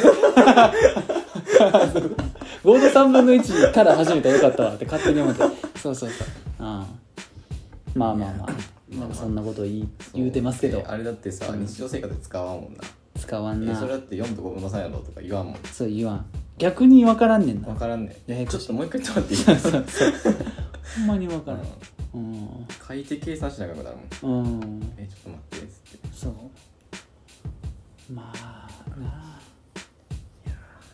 ごとさんぶんのいちから始めたらよかったわって勝手に思ってそうそうそう、うん、まあまあまあなんかそんなことを言い言うてますけどあれだってさ、うん、日常生活で使わんもんな使わんなそれだってよんとごぶんのさんやろとか言わんもんそう言わん逆に分からんねんな分からんねんちょっともう一回言ってもらっていいそうそうほんまに分からん、うん、 書いて計算しながらだもん、 うん、 えちょっと待ってっつってそうまあなあいや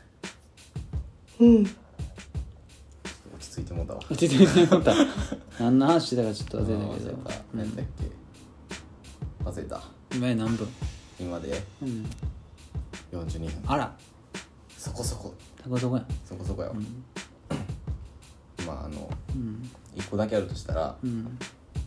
うん落ち着いてもうたわ落ち着いてもうた何の話してたかちょっと忘れたけど何だっけ忘れた今や何分今で、うん、よんじゅうにふんあらそこそこそこそこやそこそこやわ、うん、まああの、 うん、 いっこだけあるとしたら、 うん、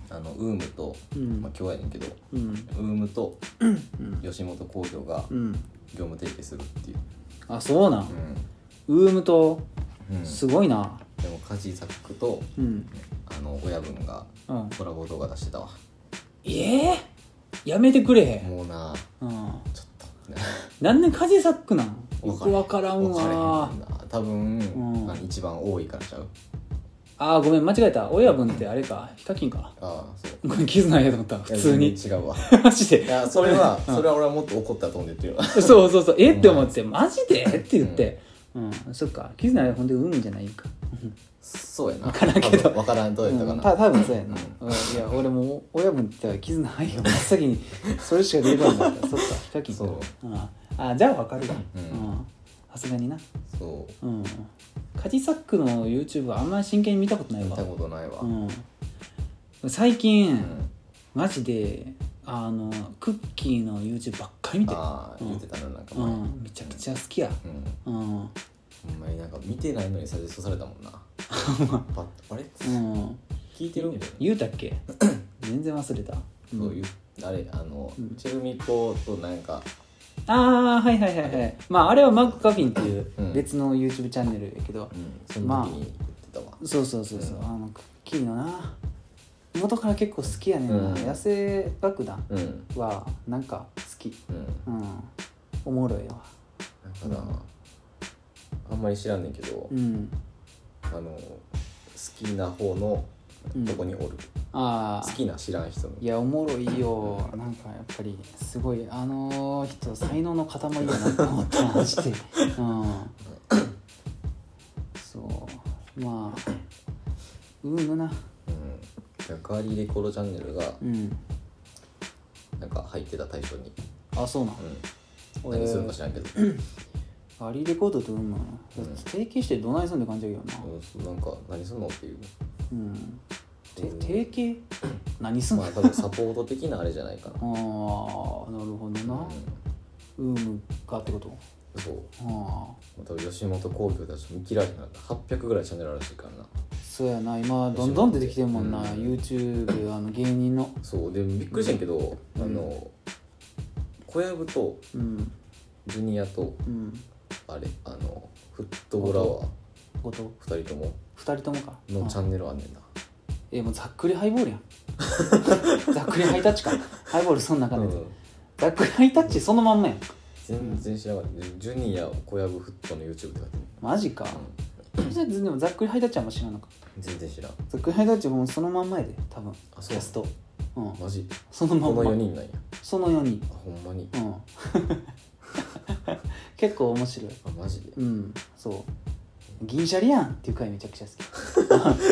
あのウームと、 うんまあ、今日やねんけど、 うん、 ウームと吉本興業が業務提携するっていう、 うん、あそうなん、うん、ウームと、うん、すごいな。 でもカジサックと、うん、あの親分がコラボ動画出してたわ、 うん、えー、やめてくれへんもうな、うん、ちょっとなんでカジサックなん僕分からんわ。分からへんな多分、うん、一番多いからちゃう。 あーごめん間違えた。親分ってあれかヒカキンか。ああそうごめん傷ないやと思った普通に。 違うわマジで。 いやそれは、うん、それは俺はもっと怒ったと思うんで言ってるそうそうそうえって思ってマジでって言って、うん、うん、そっか傷ないはほんで産むんじゃないかそうやな分からんけど分からんどうやったかな、うん、 た多分そうやな、うん、いや俺も親分って言ったら傷ないよ真っ先にそれしか出てこなかったそっかヒカキンか。そう、うん、あじゃあ分かるわさすがにな。そう、うん、カジサックの YouTube はあんまり真剣に見たことないわ。 見たことないわ、 うん、最近、うん、マジであのクッキーの YouTube ばっかり見てる。 ああ言ってたななんか前、うん、めちゃくちゃ好きや。うん、うん、 ほんまになんか見てないのにサジェストされたもんなパッあれ、うん、聞いてるみたいな言うたっけ全然忘れた。 そういうあれあの、うん、チェルミコとなんかああはいはいはいはい。まああれはマックカフィンっていう別の YouTube チャンネルやけど、うん、 その時に言ってたわ、まあ、そうそうそうそう、うん、あのクッキーのな元から結構好きやねんな、うん、野生爆弾はなんか好き、うん、うん、おもろいわ。 だから、あんまり知らんねんけど、うん、あの好きな方のとこにおる、うん、あ好きな知らん人のいやおもろいよ。なんかやっぱりすごいあの人才能の塊やなと思ったマジで、うん、そうまあうんのな、うん、 ガーリーレコードチャンネルが、うん、なんか入ってた対象に。 あそうなん、 うん、何するのか知らんけどガリレコードとうんの、うん、提携してどないすんって感じやけどな。なんか何すんのっていう、うん、 提携何すんの、 まあ多分サポート的なあれじゃないかなああなるほどな、うん、ウームがってこと。 そうあ多分吉本興業たち見切られへんなはっぴゃくぐらいチャンネルあるらしいからな。 そうやな今どんどん出てきてるもんな、うん、YouTube あの芸人の。 そうでびっくりしたんけど、うん、あの小籔と、うん、ジュニアと、うん、あれあのフットボラワーごとふたりともふたりともかのチャンネルあんねんな。 えもうざっくりハイボールやんざっくりハイタッチかハイボールそんな感じ、うん、ざっくりハイタッチそのまんまやん。 全然知らなかった、ジュニア小籔フットの YouTube って書いてる。 マジか、うん、でもざっくりハイタッチはあんま知らなかった。 全然知らん。 ざっくりハイタッチはもうそのまんまやで多分。 あそうキャスト、 うん、 マジそのまんま。 このよにんなんや。 そのよにん。 あほんまに、うん、 結構面白い。 あマジで。 うんそう銀シャリやんっていう回めちゃくちゃ好き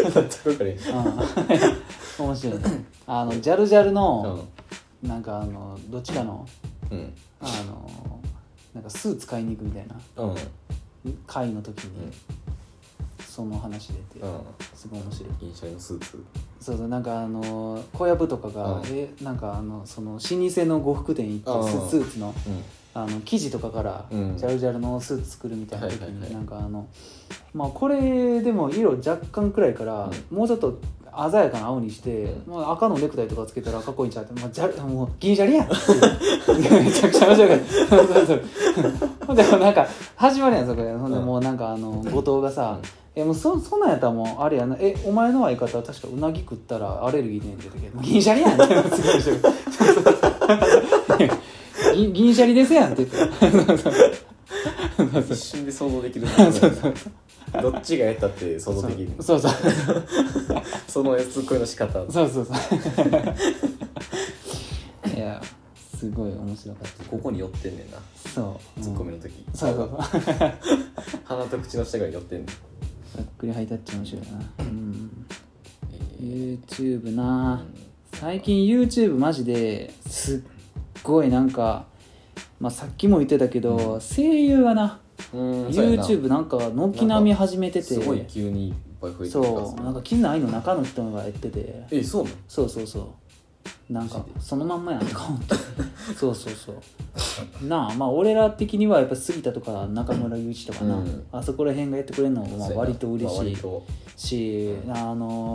面白いあのジャルジャルの、うん、なんかあのどっちかの、うん、あのなんかスーツ買いに行くみたいな、うん、回の時に、うん、その話出て、うん、すごい面白い。 銀シャリのスーツそうそうなんかあの小籔とかが、うん、えなんかあのその老舗の呉服店行って、うん、スーツの、うんあの生地とかからジャルジャルのスーツ作るみたいな時になんかあのまあこれでも色若干くらいからもうちょっと鮮やかな青にしてもう赤のネクタイとかつけたらかっこいいんちゃうって、まあ、ジャルもう銀シャリやんってめちゃくちゃ面白かったそうそうでもなんか始まるやんそこでほんでもうなんかあの後藤がさえもう そ, そんなんやったらもうあれやなえお前の相方は確かうなぎ食ったらアレルギーねんって言うけど銀シャリやんってすごい面白い銀, 銀シャリですやんって言って一瞬で想像できるそうそうそうどっちがやったって想像できるそうそうそのツッコミの仕方そうそうそういやすごい面白かった。 ここに寄ってんねんなそうツッコミの時、 うん、そうそうそう鼻と口の下ぐらい寄ってんねん。 ざっくりハイタッチ面白いな、うん、えー、YouTube な、うん、最近 YouTube マジですっすごいなんか、まあ、さっきも言ってたけど、うん、声優がな、うん、YouTube なんか軒並み始めててすごい急にいっぱい増えてる。 そうなんか気ないの中の人がやっててえそうなの。 そうそうそうなんかそのまんまやんかそうそうそうなあまあ俺ら的にはやっぱ杉田とか中村雄一とかな、うん、あそこら辺がやってくれるのはまあ割と嬉しいし、まあ、あの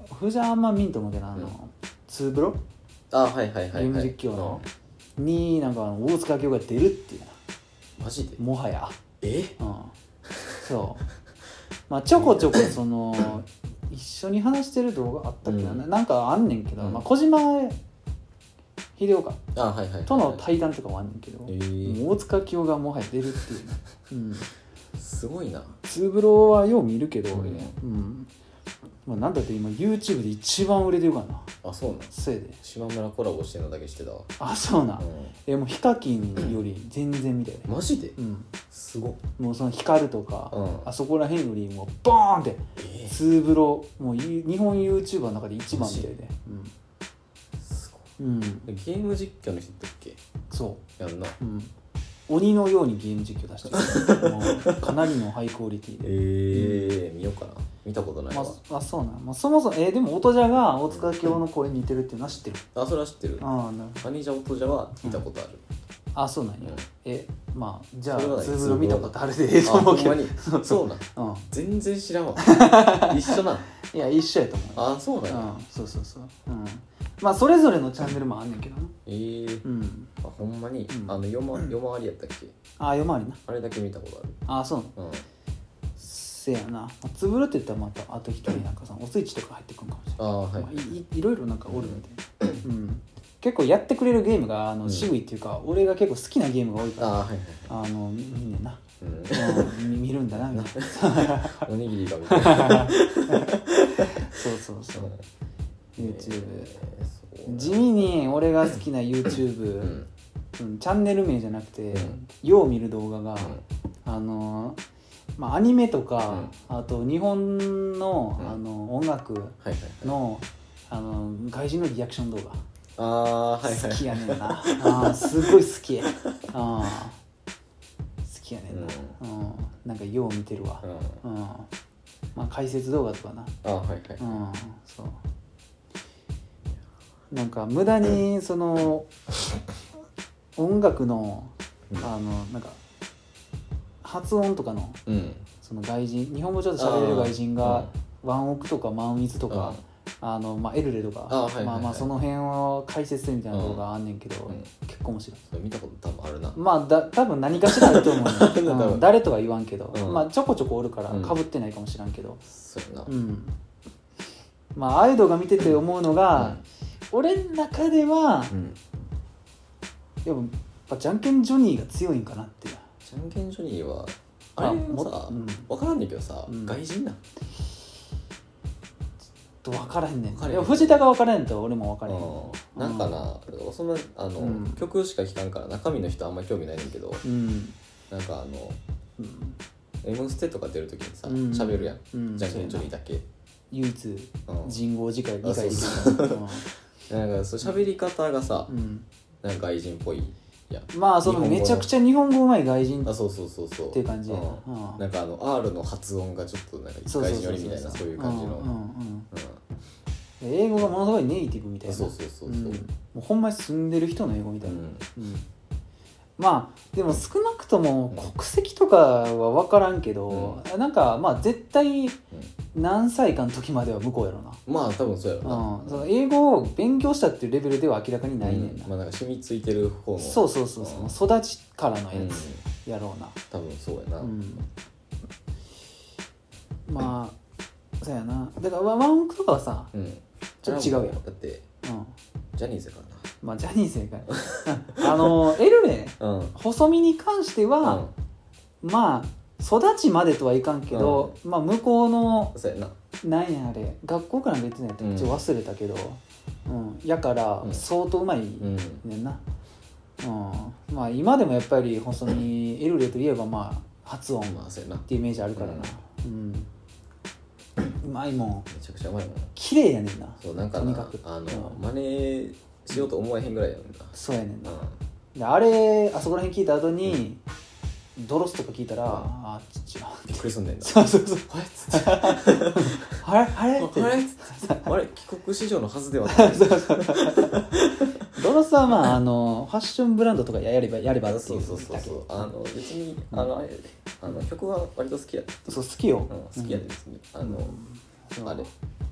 藤あんま見んと思うけどあの、うん、ツーブロあはいはいはい、はい、 ゲーム実況の、うん、になんか大塚明夫が出るっていうなマジでもはやえうんそうまあちょこちょこその一緒に話してる動画あったっけな、うん、なんかあんねんけど、うんまあ、小島秀夫かあ、はいはいはいはい、 との対談とかもあんねんけど、えー、大塚明夫がもはや出るっていう、うんすごいな。 ツーブロはよう見るけど俺、うんうんまあ、なんだって今 YouTube で一番売れてるからな。 あ、そうなん。 せいで島村コラボしてるのだけしてたわ。 あ、そうなん、うん、えもうヒカキンより全然見たよね。 マジで？ うんすごっ。もうその光るとか、うん、あそこら辺よりもうボーンって、えー、ツーブロもう日本 YouTuber の中で一番みたいで、うん、 すごい、うん、ゲーム実況の人だっけ？ そうやんな、 うん鬼のようにゲーム実況出してるもうかなりのハイクオリティでえー、うん、見ようかな。見たことないわ、 まあ、あそうなん、まあ、そもそもえー、でも音じゃが大塚明夫の声に似てるっていうのは知ってる。 あ、それは知ってる。 あなマニージャー音じゃは聞いたことある、 うん、あ、そうなんや、うん、えまあじゃあツーブロ見たことあるでええと思うけど。 そうなん、うん、全然知らんわ一緒なんいや一緒やと思う。あ、そうなんや、 うん、そうそうそう、うんまあそれぞれのチャンネルもあんねんけどな。 えー、うん、あほんまに、うん、あの夜回り、夜回りやったっけ？ あ、夜回りな。 あれだけ見たことある。 あ、そうなの、うん、せやな。つぶるって言ったらまたあと一人なんかさおスイッチとか入ってくるかもしれない。あ、はい、まあ、い, い, いろいろなんかおるので、うんうん、結構やってくれるゲームがあの渋いっていうか、うん、俺が結構好きなゲームが多いから、あ、はいはい、あの見んねんな、うん、見るんだなみたいなおにぎりがみたいなそうそうそう、うん、YouTube、えー、地味に俺が好きな YouTube、うんうん、チャンネル名じゃなくて、うん、よう見る動画が、うん、あのまあアニメとか、うん、あと日本の、うん、あの音楽の、はいはいはい、あの外人のリアクション動画、 あ、はいはい、 好きやねんなあすごい好きやあ好きやねんな、うんうん、なんかよう見てるわ、うんうん、まあ解説動画とかな、 あ、はいはい、 うん、そうなんか無駄にその音楽のあのなんか発音とかの、うん、その外人日本語ちょっと喋れる外人がワンオクとかマンウィズとかあの、まあ、エルレとかあ、はいはいはい、まあまあその辺を解説するみたいな動画あんねんけど、うん、結構面白い。 それ見たこと多分あるな。 まあだ多分何かしらあると思うね、うん、誰とは言わんけど、うん、まあちょこちょこおるから被ってないかもしらんけど、うん、 そうやな、 うん、まあああいう動画見てて思うのが、うん、俺の中では、うん、やっぱじゃんけんジョニーが強いんかなっていう。 じゃんけんジョニーはあれもさ、うん、分からんねんけどさ、うん、外人なんと分からへんねん。いや藤田が分からへんと俺も分からへん、 うん、なんかな、そんなあの、うん、曲しか聴かんから中身の人あんまり興味ないねんけど、うん、なんかあの、うん、M ステとか出るときにさ喋、うん、るやん、うん、じゃんけんジョニーだけ唯一、うん、人語理解理解できるなんかそう喋り方がさ、うん、なんか外人っぽい。いやまあそのめちゃくちゃ日本語うまい外人あそうそうそうそうっていう感じや、 うんうん、なんかあの R の発音がちょっとなんか外人よりみたいなそういう感じの英語がものすごいネイティブみたいなそうそうそうそう、うん、 もうほんまに住んでる人の英語みたいな、うんうん、まあでも少なくとも国籍とかは分からんけど、うん、なんかまあ絶対何歳かの時までは向こうやろな。 まあ多分そうやろな、 うん、その英語を勉強したっていうレベルでは明らかにないねんな、 うん、まあなんか染みついてる方のそうそうそうそう、うん、育ちからのやつやろうな、 多分そうやな、うん、 まあそうやな。だからワンオクとかはさ、うん、ちょっと違うやん。 だって、うん、ジャニーズやからな。 まあジャニーズやからあのエルレ、うん、細身に関しては、うん、まあ育ちまでとはいかんけど、うん、まあ向こうのそうやななんやあれ学校から別にやったらちょっと忘れたけど、うんうん、やから相当うまいねんな、うんうん、まあ今でもやっぱり細身エルレといえばまあ発音っていうイメージあるからな、うん、うまいもんめちゃくちゃうまいもん綺麗やねんな。 そうなんかなとにかくあの、うん、真似しようと思えへんぐらいやねんな。 そうやねんな、うん、であれあそこら辺聞いた後に、うん、ドロスとか聞いたら、うん、あっち違うびっくりすんねんな。 そうそうそうあれっつってあれあれってあれっつってあれ帰国子女のはずではないそうそうドロスはまああのファッションブランドとかやればやればっていうそうそうそうそうあの別にあの、うん、あの曲は割と好きやそう好きよ、 うん、好きやで別に、うん、あの、うん、あれ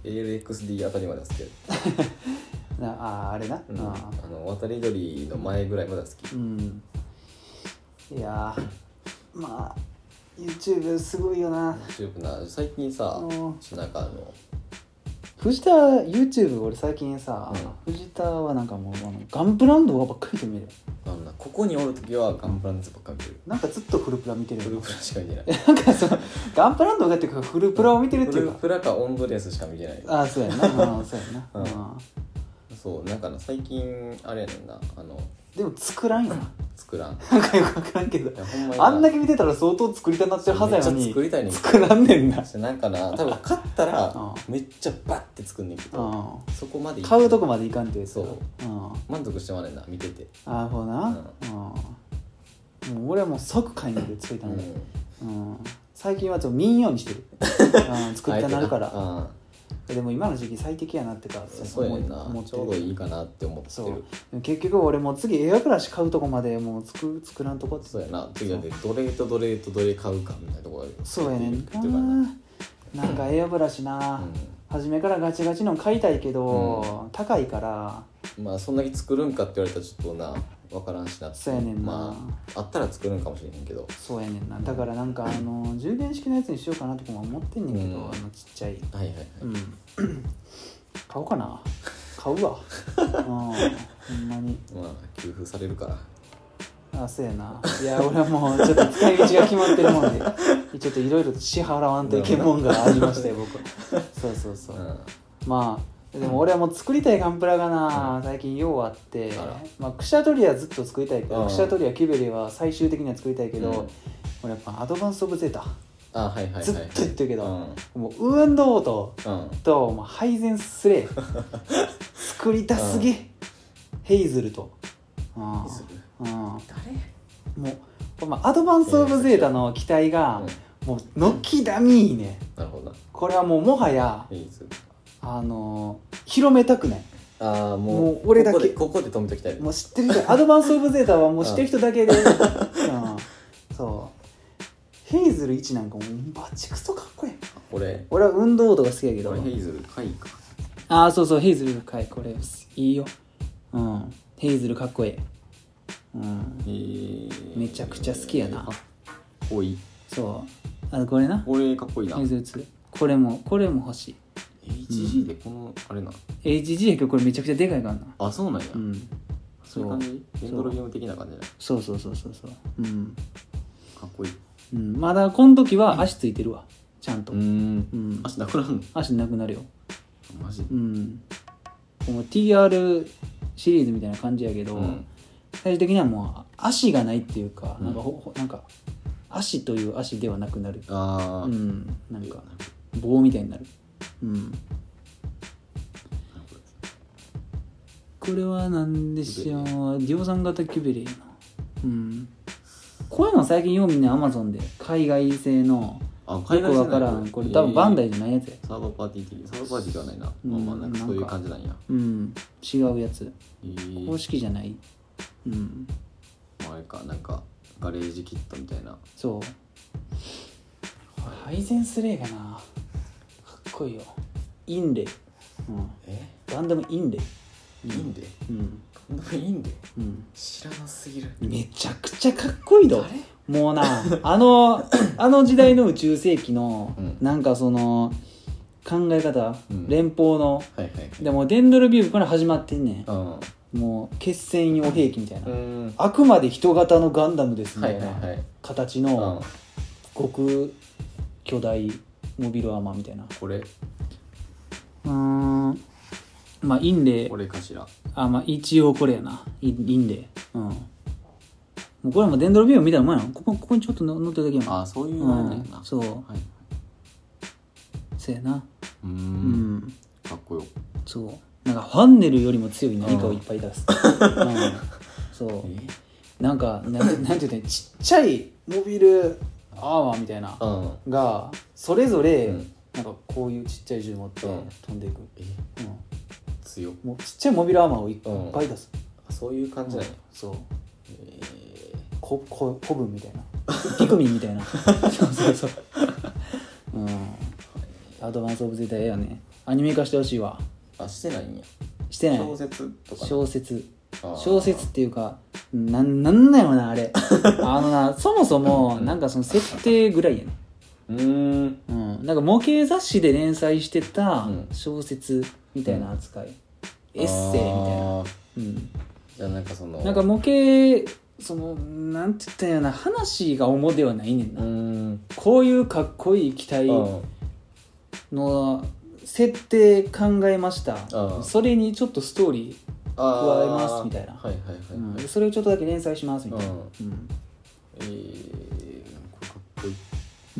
エーエルエックスディー あたりまでは好きやなあああれな、 うん、あの渡り鳥の前ぐらいまでは好き、 うん、いやまあ YouTube すごいよな。 YouTube な最近さ、うん、なんかあの藤田 YouTube 俺最近さ、うん、藤田はなんかもうあのガンプラン動画ばっかり見てみる。 あのなここにおるときはガンプランドばっかり見てる。 なんかずっとフルプラ見てる。 フルプラしか見てないなんかそのガンプラン動画っていうかフルプラを見てるっていうか、 フルプラかオンドレスしか見てない。 ああそうやな、うん、そうやな、うん、 そうなんかな最近あれやねんなあのでも作らんよな作らんなんかよく分からんけどあんだけ見てたら相当作りたなってるはずやのにめっちゃ作りたいねん作らんねんな。 なんかな多分買ったらめっちゃバッて作んねんけどそこまで買うとこまでいかんっていうそう、うん、満足してまうねんな見てて。 ああほうな、うん、もう俺はもう即買いに行く作りたいので、うんうん、最近はちょっと見んようにしてる、うん、作りたなるからでも今の時期最適やなってかそうやねんなちょうどいいかなって思ってる。 そう結局俺もう次エアブラシ買うとこまでもう作作らんとこって。 そうやな次はねどれとどれとどれ買うかみたいなところがそうやねんな。なんかエアブラシな、うん、初めからガチガチの買いたいけど、うん、高いからまあそんだけ作るんかって言われたらちょっとな分からんしなって。 そうやねんな、 まあ、あったら作るんかもしれへんけど。 そうやねんな。だからなんかあの充電式のやつにしようかなとかも思ってんねんけど、うん、あのちっちゃいはいはいはい、うん、 買おうかな買うわうんほんまにまあ給付されるからあそうやな。いや俺はもうちょっと使い道が決まってるもんでちょっといろいろと支払わんといけんもんがありましたよ僕そうそうそう、うん、まあでも俺はもう作りたいガンプラがな、うん、最近ようあって、まあ、クシャトリアずっと作りたいけど、うん、クシャトリアキュベリは最終的には作りたいけど、うん、俺やっぱアドバンスオブゼータあ、はいはいはい、 ずっと言ってるけど、うん、もう運動と、うん、ともうハイゼンスレイ作りたすぎ、うん、ヘイズルと、うん、ヘイズル、うん、誰もう、まあ、アドバンスオブゼータの機体が、うん、もう軒並みいいね。 なるほど。 これはもうもはやヘイズルあのー、広めたくない。 ああもう、 もう俺だけここで止めときたい。 もう知ってる人アドバンスオブゼータはもう知ってる人だけで、うん、そうヘイズルいちなんかもうバチクソかっこいい。 俺俺は運動度が好きやけど。 ヘイズルかいか。 ああそうそうヘイズルかいこれいいよ。うんヘイズルかっこいい。うん、えー、めちゃくちゃ好きやな。かっこいい。 そうあのこれな。 これかっこいいな。 ヘイズルにこれもこれも欲しい。 エイチジー でこのあれな、うん、 エイチジー やけどこれめちゃくちゃでかいからな。 あそうなんや、 うん、 そういう感じ。デンドロビウム的な感じだ。 そうそうそうそうそううんかっこいい、 うん、まだこの時は足ついてるわちゃんと。うん、 うん、足なくなるの。 足なくなるよマジ。 うんこの ティーアール シリーズみたいな感じやけど、うん、最終的にはもう足がないっていうか、うん、なんかほなんか足という足ではなくなる。 ああうんなんか棒みたいになる。うんこれは何でしょう。量産型キュベレーやな。うんこういうの最近ようみんなアマゾンで海外製のあ海外製よくわからんこれ多分バンダイじゃないやつや。 サードパーティー的サードパーティーではないな、うん、まあまあなんかそういう感じなんや。 うん違うやつ、えー、公式じゃない。うんあれかなんかガレージキットみたいな。 そうハイゼンスレイがなかっこいいよ。インレイ、うん、 えガンダムインレイ。 インレイ、うん、ガンダムインレイ、うん、知らなすぎる。 めちゃくちゃかっこいいど。もうなあのあの時代の宇宙世紀の、うん、なんかその考え方、うん、連邦の、はいはいはい、でもデンドルビューから始まってんねん、うん、もう決戦用兵器みたいな、うん、あくまで人型のガンダムですみたいな、はいはいはい、形の、うん、極巨大モビルアーマーみたいな。 これうーんまあインレイこれかしら。 あまあ一応これやなインレイ。うんもうこれもデンドロビウムみたいなもんやん。ここここにちょっと乗ってるだけやん。 ああそういうのね、うん、 そう、はい、そうやな。うんうんかっこよ。 そうなんかファンネルよりも強い何かをいっぱい出す、うん、そうなんかななんて言うのちっちゃいモビルアーマーみたいな、うん、がそれぞれ、うん、なんかこういうちっちゃい銃持って飛んでいく、うんえうん、 強もうちっちゃいモビルアーマーをいっぱい出す、 うん、そういう感じだよ、 うん、そう、えー、ここ古文みたいなピクミンみたいなそうそうそう、うん、アドバンスオブゼータええよね。 アニメ化してほしいわ。 あ、してないんや。 してない。 小説とか。 小説。小説っていうか、な、なんだよな、あれ。あのな、そもそも、なんかその設定ぐらいやね。 うーん。 うん。なんか模型雑誌で連載してた小説みたいな扱い。うん、エッセイみたいな。うん。 じゃあなんかその。 なんか模型、その、なんて言ったんやな、話が主ではないねんな。うん。こういうかっこいい機体の設定考えました。それにちょっとストーリー、加えますみたいな、はいはいはい、はい、うん、それをちょっとだけ連載しますみたいな、うんうん、 えー、これかっこいい、 うん、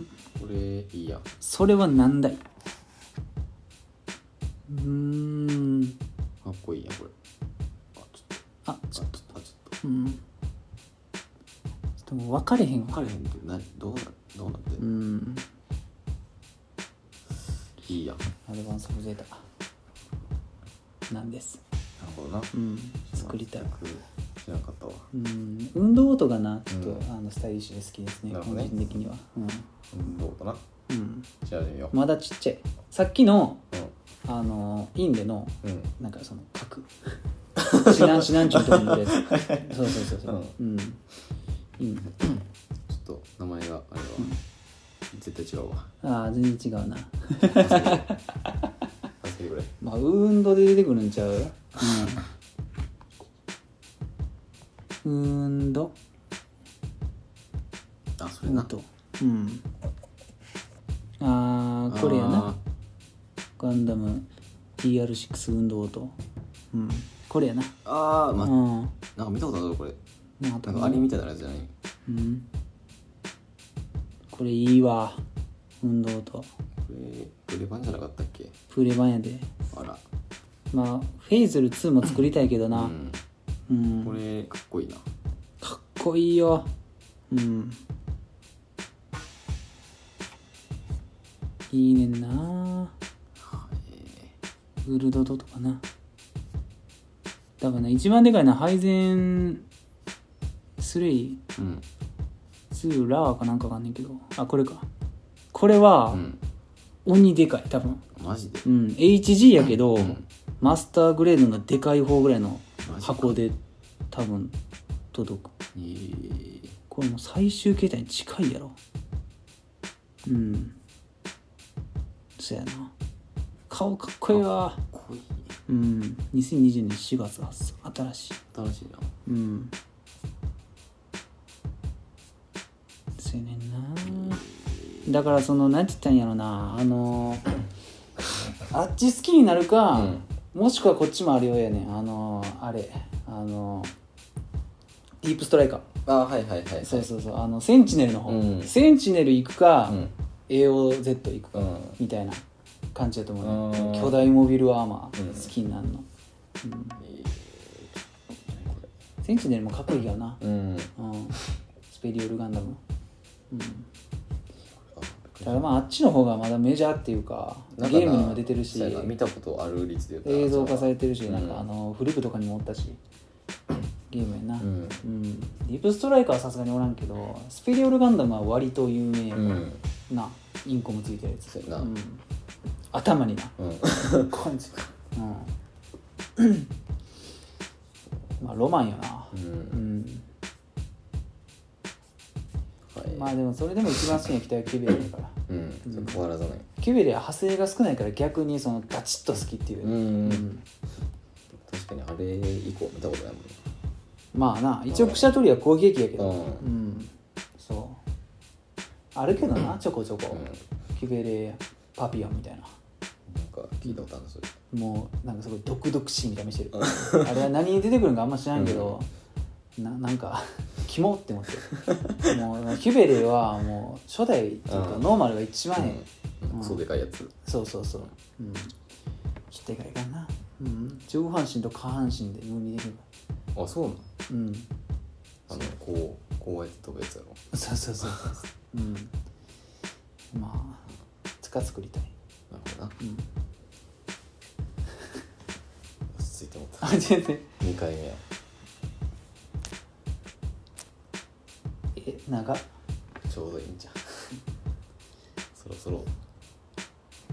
これいいや。 それは何だい。うーん、 かっこいいやこれ。 あちょっとあちょっとあちょっとうんちょっともう分かれへん分かれへんって何どうなどうなってんの。うんいいや。 アドバンス・オブ・ゼータなんです。 なるほどな、 うん、作りたい。 知らなかったわ。 うん、運動音がなちょっと、うん、あのスタイリッシュで好きですね、個人的には。うん、 運動音な。うん。調べてみよう。 まだちっちゃい。さっきの、うん、あのインデの、うん、なんかその核シナンシナンチュのとこにいるやつ。そうそうそうそう。うん。うん。いいね。 ちょっと名前があれは、うん、絶対違うわ。 ああ全然違うな。 助けてくれ。 まあ運動で出てくるんちゃう。うん。運動。 あ、それな。 うん。ああこれやな。ガンダム ティーアールシックス 運動と。うん。これやな。 ああ、まあ、うん、なんか見たことあるこれ。なんかアニメみたいなやつじゃない。 うん。これいいわ。運動と。これプレ版じゃなかったっけ？ プレ版やで。 あら。 まあフェイズルツーも作りたいけどな。うんうん、これかっこいいな。 かっこいいよ。うん。いいねんな。はい。ウルドドとかな。多分ね一番でかいのはハイゼンスレイツーラーかなんかわかんねんけど、あこれか。これは、うん、鬼でかい多分。 マジで。 うん エイチジー やけど、うん、マスターグレードのでかい方ぐらいの箱で多分届く。えー、これもう最終形態に近いやろ。うんそやな。顔かっこいいわ。かっこいい。うんにせんにじゅうねんしがつ発送。新しい新しいな。 うんそうやねんな。だからそのなんて言ったんやろな、あのあっち好きになるか、うん、もしくはこっちもあるようやねん。あのあれあのディープストライカー。 あはいはいはい、はい、 そうそうそう、あのセンチネルの方、うん、センチネル行くか、うん、エーオーゼット 行くか、うん、みたいな感じだと思うね、うん、巨大モビルアーマー好きになるの、うんうん、センチネルもかっこいいよな、うんうん、スペリオルガンダム、うん、だからまああっちの方がまだメジャーっていうかゲームにも出てるし見たことある率で言うと映像化されてるし、うん、なんかあのフリップとかにもおったしゲームやな、うんうん、ディープストライカーはさすがにおらんけどスペリオルガンダムは割と有名やから、うん、なインコもついてるやつ、うん、頭にな、うん、感じ、うん、まあロマンよな、うんうんはい、まあでもそれでも一番好きな機体はキュベレだから、 うんうん、変わらずない。 キュベレは派生が少ないから逆にそのガチッと好きっていう、うんうん、 確かにあれ以降見たことないもんね。 まあな一応クシャトリは攻撃やけど、うん、うん、そうあるけどなちょこちょこ、うん、キュベレパピオンみたいななんか聞いたことあるそれ。 もうなんかすごい毒々しい見た目してるあれは何に出てくるのかあんま知らんけど、うん、な, なんかキモって思ってもうキュベレはもう初代っていうかノーマルが一番ええ、うん、クソでかいやつ、 そうそうそう、うん、ちょっとでかいかな、うん、上半身と下半身で分離できる。 あ、そうなの。 うん。 あのこうこうやって飛ぶやつやろ。 そうそうそうそう。うん。まあ使作りたい。 なるほどな。うん。落ち着いてもった。 あ、全然。 にかいめや。 え、長っ。 ちょうどいいんじゃん。そろそろ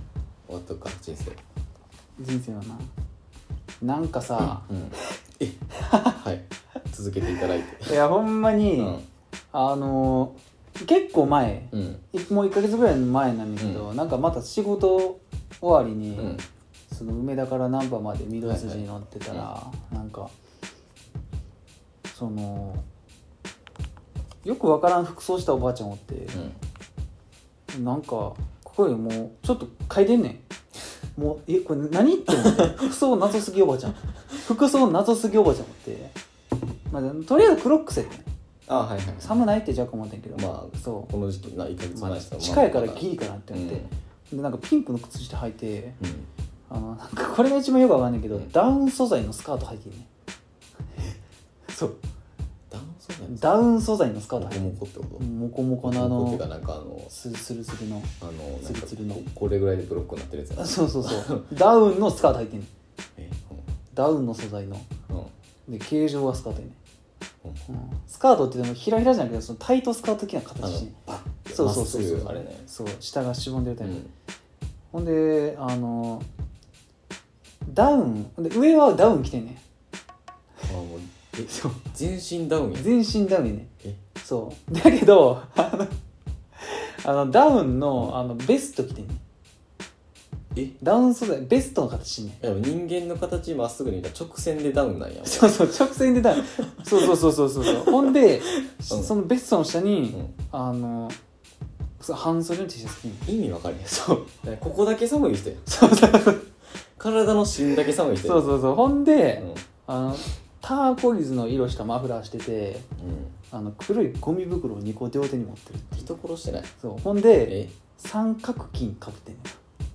終わっとくか人生人生はななんかさ、 うんうん、えはい続けていただいていやほんまに、うん、あの結構前、うん、もういっかげつぐらい前なんだけど、うん、なんかまた仕事終わりに、うん、その梅田から難波まで御堂筋に乗ってたら、はいはい、なんかそのよくわからん服装したおばあちゃんおって、うん、なんかここでもうちょっと嗅いでんねんもうえこれ何って思って服装謎すぎおばちゃん服装謎すぎおばちゃんおって、まあ、とりあえずクロックスやってんあ、はいはい、 寒ないって若干思ってんけど、 まあ、そうこの時期ないっかげつまえですから、 まあ、近いからギリかなって思って、うん、でなんかピンクの靴下履いて、うん、あのなんかこれが一番よくわかんないけど、うん、ダウン素材のスカート履いてんねそうダウン素材ダウン素材のスカート履いてんモコモコってことモコモコのあのモコモコってかなんかあのスルスルスルのあのツルツルのこれぐらいでブロックになってるやつやそうそうそうダウンのスカート履いてんねんえ、うん、ダウンの素材の、うん、で形状はスカートやねんうん、スカートってでもひらひらじゃなくてそのタイトスカート的な形してそうそうそうそうあれねそう下がしぼんでるタイプ、うん、ほんであのダウンで上はダウン着てんねんあもうえそう全身ダウンや全身ダウンやねんえそうだけどあのあのダウンの、あのベスト着てんねんえダウン素材ベストの形ねでも人間の形まっすぐにいた直線でダウンなんやそうそう直線でダウンそうそうそうそうそうほんで、うん、そのベストの下に、うん、あの半袖の T シャツ着て意味わかるやんそうここだけ寒い人やそうそう体の芯だけ寒い人やそうそうそうほんで、うん、あのターコイズの色したマフラーしてて、うん、あの黒いゴミ袋をにこ両手に持ってるって人殺してないそうほんで三角巾かぶってんねん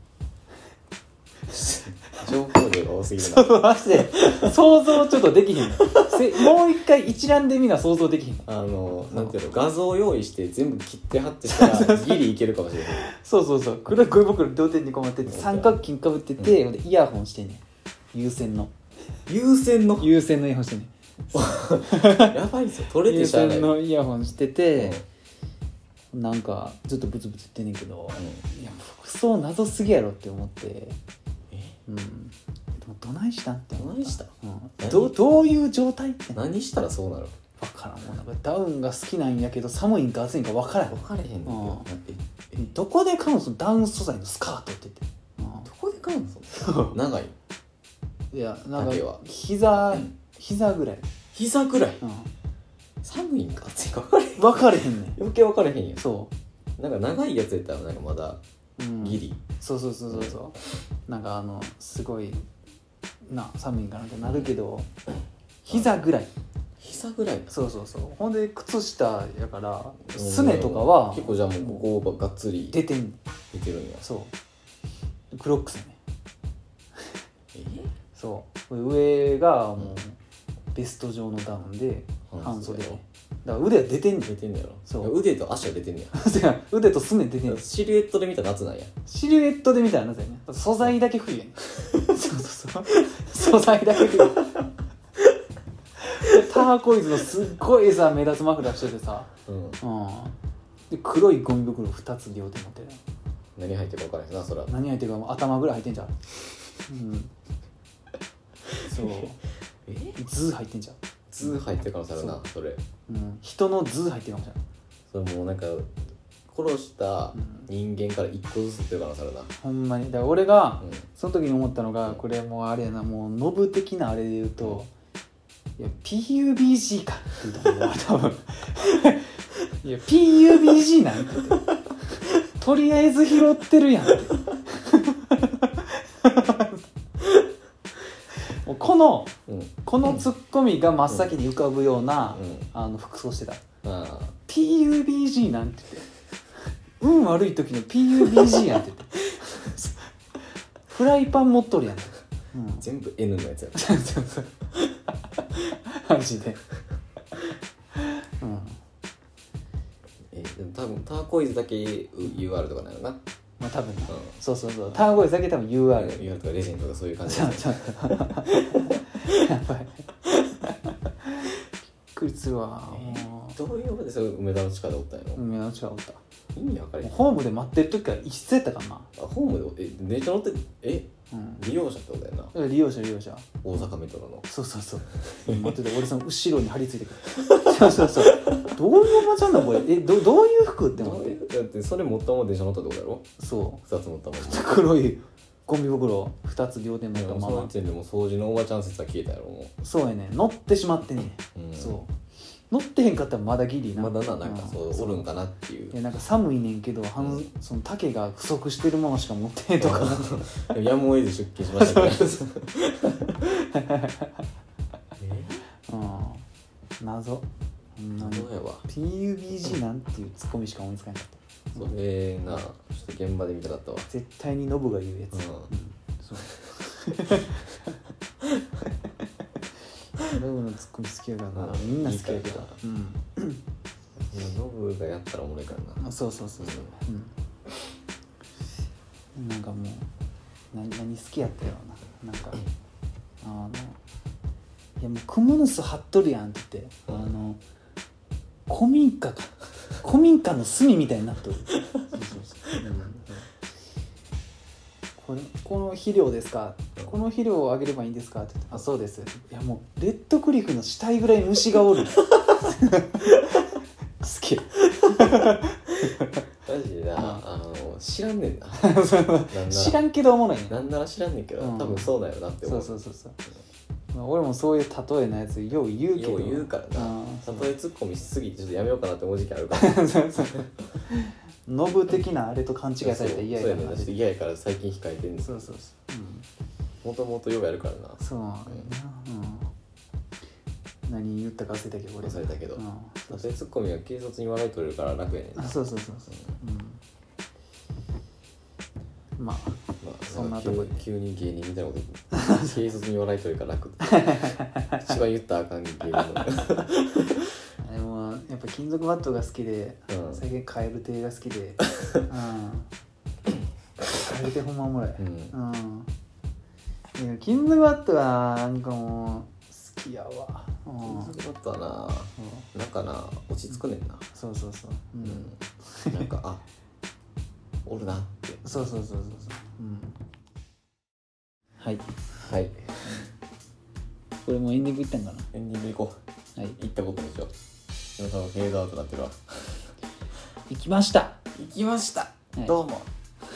情報量が多すぎるなそうマジで想像ちょっとできひんもう一回一覧でみんな想像できひんあのなんていうの画像用意して全部切って貼ってしたらギリいけるかもしれないそうそうそう黒いゴミ袋両手にこまってて三角巾かぶってて、うん、イヤホンしてんねん有線の有線の有線のイヤホンしてんねんやばいぞ取れてしゃあない有線のイヤホンしてて、うん、なんかずっとブツブツ言ってんねんけど、うん、いや服装謎すぎやろって思ってうん、でもどないしたんってどないした、 うん、ど, どういう状態って何したらそうなる分からんもうなんかダウンが好きなんやけど寒いんか暑いんか分からん分からへんねんけど、 うん、どこで買うのそのダウン素材のスカートって言って、 うん、どこで買うのその長いいやなんか膝、うん、膝ぐらい膝ぐらい、うん、寒いんか暑いんか分かれへん分かれへんねん余計分かれへんやんそうなんか長いやつやったらなんかまだギリ、うん、 そうそうそうそうそう、うん、なんかあのすごいな寒いんかなってなるけど、うん、膝ぐらい膝ぐらいそうそうそうほんで靴下やからすねとかは結構じゃあもうここががっつり出てん出てるんやそうクロックスねえそう上がもうベスト状のダウンで半袖で、だから腕は出てんねん出てんねやろそう腕と足は出てんねや腕とすね出てんねんシルエットで見たら夏なんやシルエットで見たら夏やね素材だけ冬やねんそうそうそう素材だけ冬ターコイズのすっごいさ目立つマフラーしててさ、うんうん、で黒いゴミ袋ふたつ両手持ってる何入ってるか分からへんなそら何入ってるかも頭ぐらい入ってんじゃんうんそうえズー入ってんじゃんズー入ってる可能性あるなそれ、 うん、人のズー入ってるかもしれないそれもうなんか殺した人間から一個ずつってる可能性あるな、うん、 ほんまにだから俺がその時に思ったのが、うん、これもうあれやなもうノブ的なあれで言うと、うん、いや ピーユービージー かって言うと思う多分いや ピーユービージー なんてとりあえず拾ってるやんってもうこの、うん、このツッコミが真っ先に浮かぶような、うん、あの服装してた、うん、ピーユービージー なんて言って運悪い時の ピーユービージー やんって言ってフライパン持っとるやん、うん、 全部 N のやつやマジで、うん、 えでも多分ターコイズだけ ユーアール とかなのなまあ多分な、うん、そうそうそうターコイズだけ多分 ユーアールユーアール とかレジェンドとかそういう感じやばいびっくりするわ、えー、もうどういうことでそれ梅田の地下でおったんやろ。 梅田の地下でおった。 意味分かれへん。 ホームで待ってる時から一室やったからな。あ、 ホームでえ電車乗ってえ、うん、利用者ってことやな。 利用者利用者。 大阪メトロの。 そうそうそう。待ってて俺その後ろに張り付いてくる。そうそうそう。どういうおばちゃんだこれ。えどどういう服って思って。 だってそれ持ったまま電車乗ったってことやろ。 そう。 二つ持ったまま。 黒いゴミ袋二つ両手持ったまま。その時点でも掃除のおばちゃん説は消えたやろもう。 そうやね。乗ってしまってね。うん、そう。乗ってへんかったらまだギリな。 まだな、なんかそう、うん、おるんかなっていう。 いやなんか寒いねんけど、うん、その丈が不足してるものしか持ってへんとかやむを得ず出勤しましたけどうん、謎謎やわ。 ピーユービージー なんていうツッコミしか思いつかなかった。 それな、ちょっと現場で見たかったわ。 絶対にノブが言うやつ、うんうん、そうノブのツッコミ好きやからな、みんな好きやけど、うん、 ノブがやったらおもろいからな。 そうそうそうそう、うん、なんかもう何何好きやったよな、なんかあのいやもうクモの巣張っとるやんって言って、うん、あの古民家か古民家の隅みたいになっとるそうそうそう、うん、これこの肥料ですか、この肥料をあげればいいんですかって言って、あ、そうです。いやもうレッドクリフの死体ぐらい虫がおる好きマジでな、あの知らんねんな知らんけどおもろいね。 なんなら知らんねんけど、うん、多分そうだよなって思う。 そうそうそうそう、俺もそういう例えのやつよう言うけど、 よう言うからな。例えツッコミしすぎてちょっとやめようかなって思う時期あるからそうそうノブ的なあれと勘違いされたら嫌やから、 そうやねん、ちょっと嫌やから最近控えてんねん。 そうそうそう、 もともとよくやるからな。 そうなんだよな、うん、何言ったか忘れたけど俺忘れたけど、うん、そういうツッコミは軽率に笑い取れるから楽やねんな。 そうそうそうそう、うん、まあ、まあ、そんなとこで急に芸人みたいなこと軽率に笑い取れるから楽一番言ったらあかん芸人のでもやっぱ金属バットが好きで、うん、最近カエル亭が好きで、うん、カエル亭ほんまおもろい、うんうん、金属バットはなんかもう好きやわ、 うん、金属バットはな、うん、なんかな落ち着くねんな。 そうそうそう、 うん、なんかあおるなってそうそうそうそうそう、うん、はいはい、 これもうエンディングいったんかな。 エンディング行こう。はい、行ったことでしょ。でも多分フェードアウトなってるわ。 行きました行きました、はい、どうも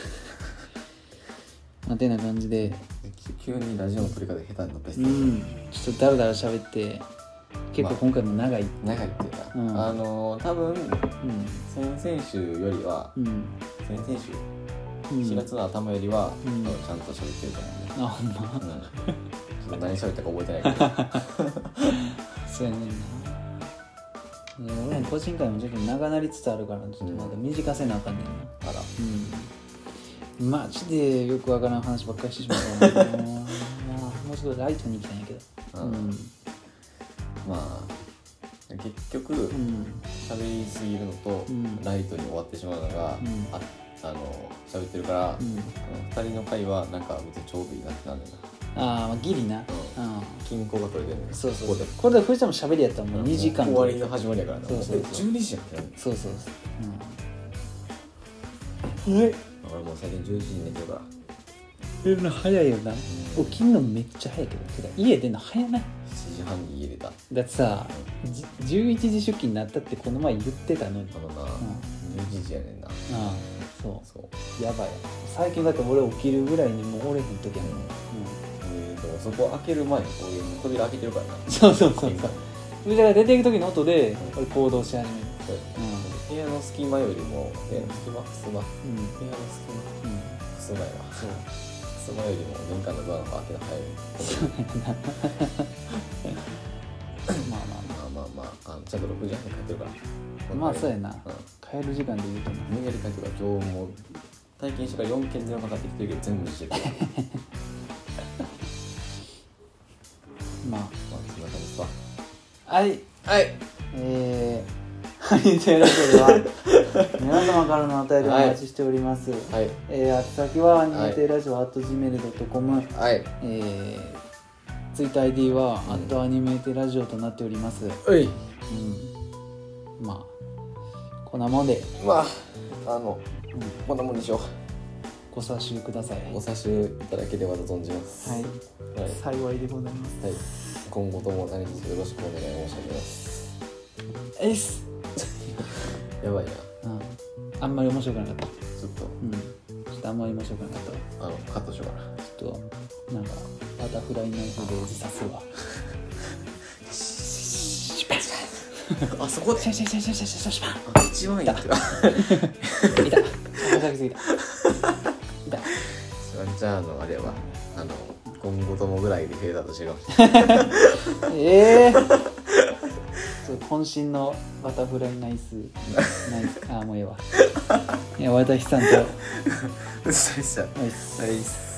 まあてな感じで急にラジオの撮り方下手になったりして、 うん、ちょっとダラダラ喋って結構今回も長い、 まあ、長いっていうか、うん、あのー、多分、うん、先々週よりは、うん、先々週、うん、しがつの頭よりは、うん、ちゃんと喋ってると思うんで、あ、ほんま、うん、ちょっと何喋ったか覚えてないけどそうやねんな。俺も個人会もちょっと長なりつつあるからちょっとまだ短せなあかんねんな、うん、あら、うん、マジでよくわからん話ばっかりしてしまうからもうもうちょっとライトに行きたいんやけど、うん、 まあ結局喋、うん、りすぎるのと、うん、ライトに終わってしまうのが、うん、ああの喋ってるから、うん、ふたりの会はなんか別にちょうどいいなってなんだよな。 ああ、まあ、ギリな、うん、 均衡が取れてるね。 そうそうそう、これでこれでも喋りやったらもうにじかん終わりの始まりやからな。 そうそうそう、 じゅうにじやんってなる。 そうそうそう、うん、え俺もう最近じゅういちじに寝てるから寝るの早いよな、うん、起きんのめっちゃ早いけど、てか家出んの早ない？ しちじはんに家出た。だってさ、うん、じゅういちじ出勤になったってこの前言ってたのに。 あのな、うん、じゅういちじやねんな。ああ、そうそうやばい。最近だって俺起きるぐらいにもう俺へん時やもん、うん、 そこ開ける前にこういう扉開けてるからな。 そうそうそうそう、扉が出ていく時の音でこれ行動し始める、 うん、部屋の隙間よりも部屋の隙間ふすま、うん、部屋の隙間、うん、ふすまやな。そうふすまよりも玄関のドアの方が開けた早い。そうやなまあまあまあまあまあ、あのちゃんとろくじはんに帰ってるから。 まあそうやな、うん、帰る時間で言うとな無理やり帰ってるから、今日も体験してからよんけん電話かかってきてるけど全部してるまあ、まあ、そんな感じですわ。 はいはい、 えー、ハニテラジオでは皆様からのお便りをお待ちしております。はい、えー、宛先はハニテラジオアットジーメールドットコム、はい、えー、ツイッター アイディー は、うん、アットアニメテラジオとなっております。はい、うん、 まあこんなもんでまああの、うん、こんなもんでしょう。 ご察しください。 ご察しいただければと存じます。 はい、はい、幸いでございます。 はい、今後とも何卒よろしくお願い申し上げます。 えいっすやばいな、 うん、あんまり面白くなかった。 ちょっと、 うん、ちょっとあんまり面白くなかった。 あのカットしようかな。 ちょっとなんかバタフライナイフで自殺はあそこでシャシャシャシャシャシャシャ一番いいっていたいたいたじゃああのあれはあの今後ともぐらいでフェードアウトしてるかもしれないええー、渾身のバタフライナイスナイスあーもうええわいや私さんとうっさいっさナイスナイス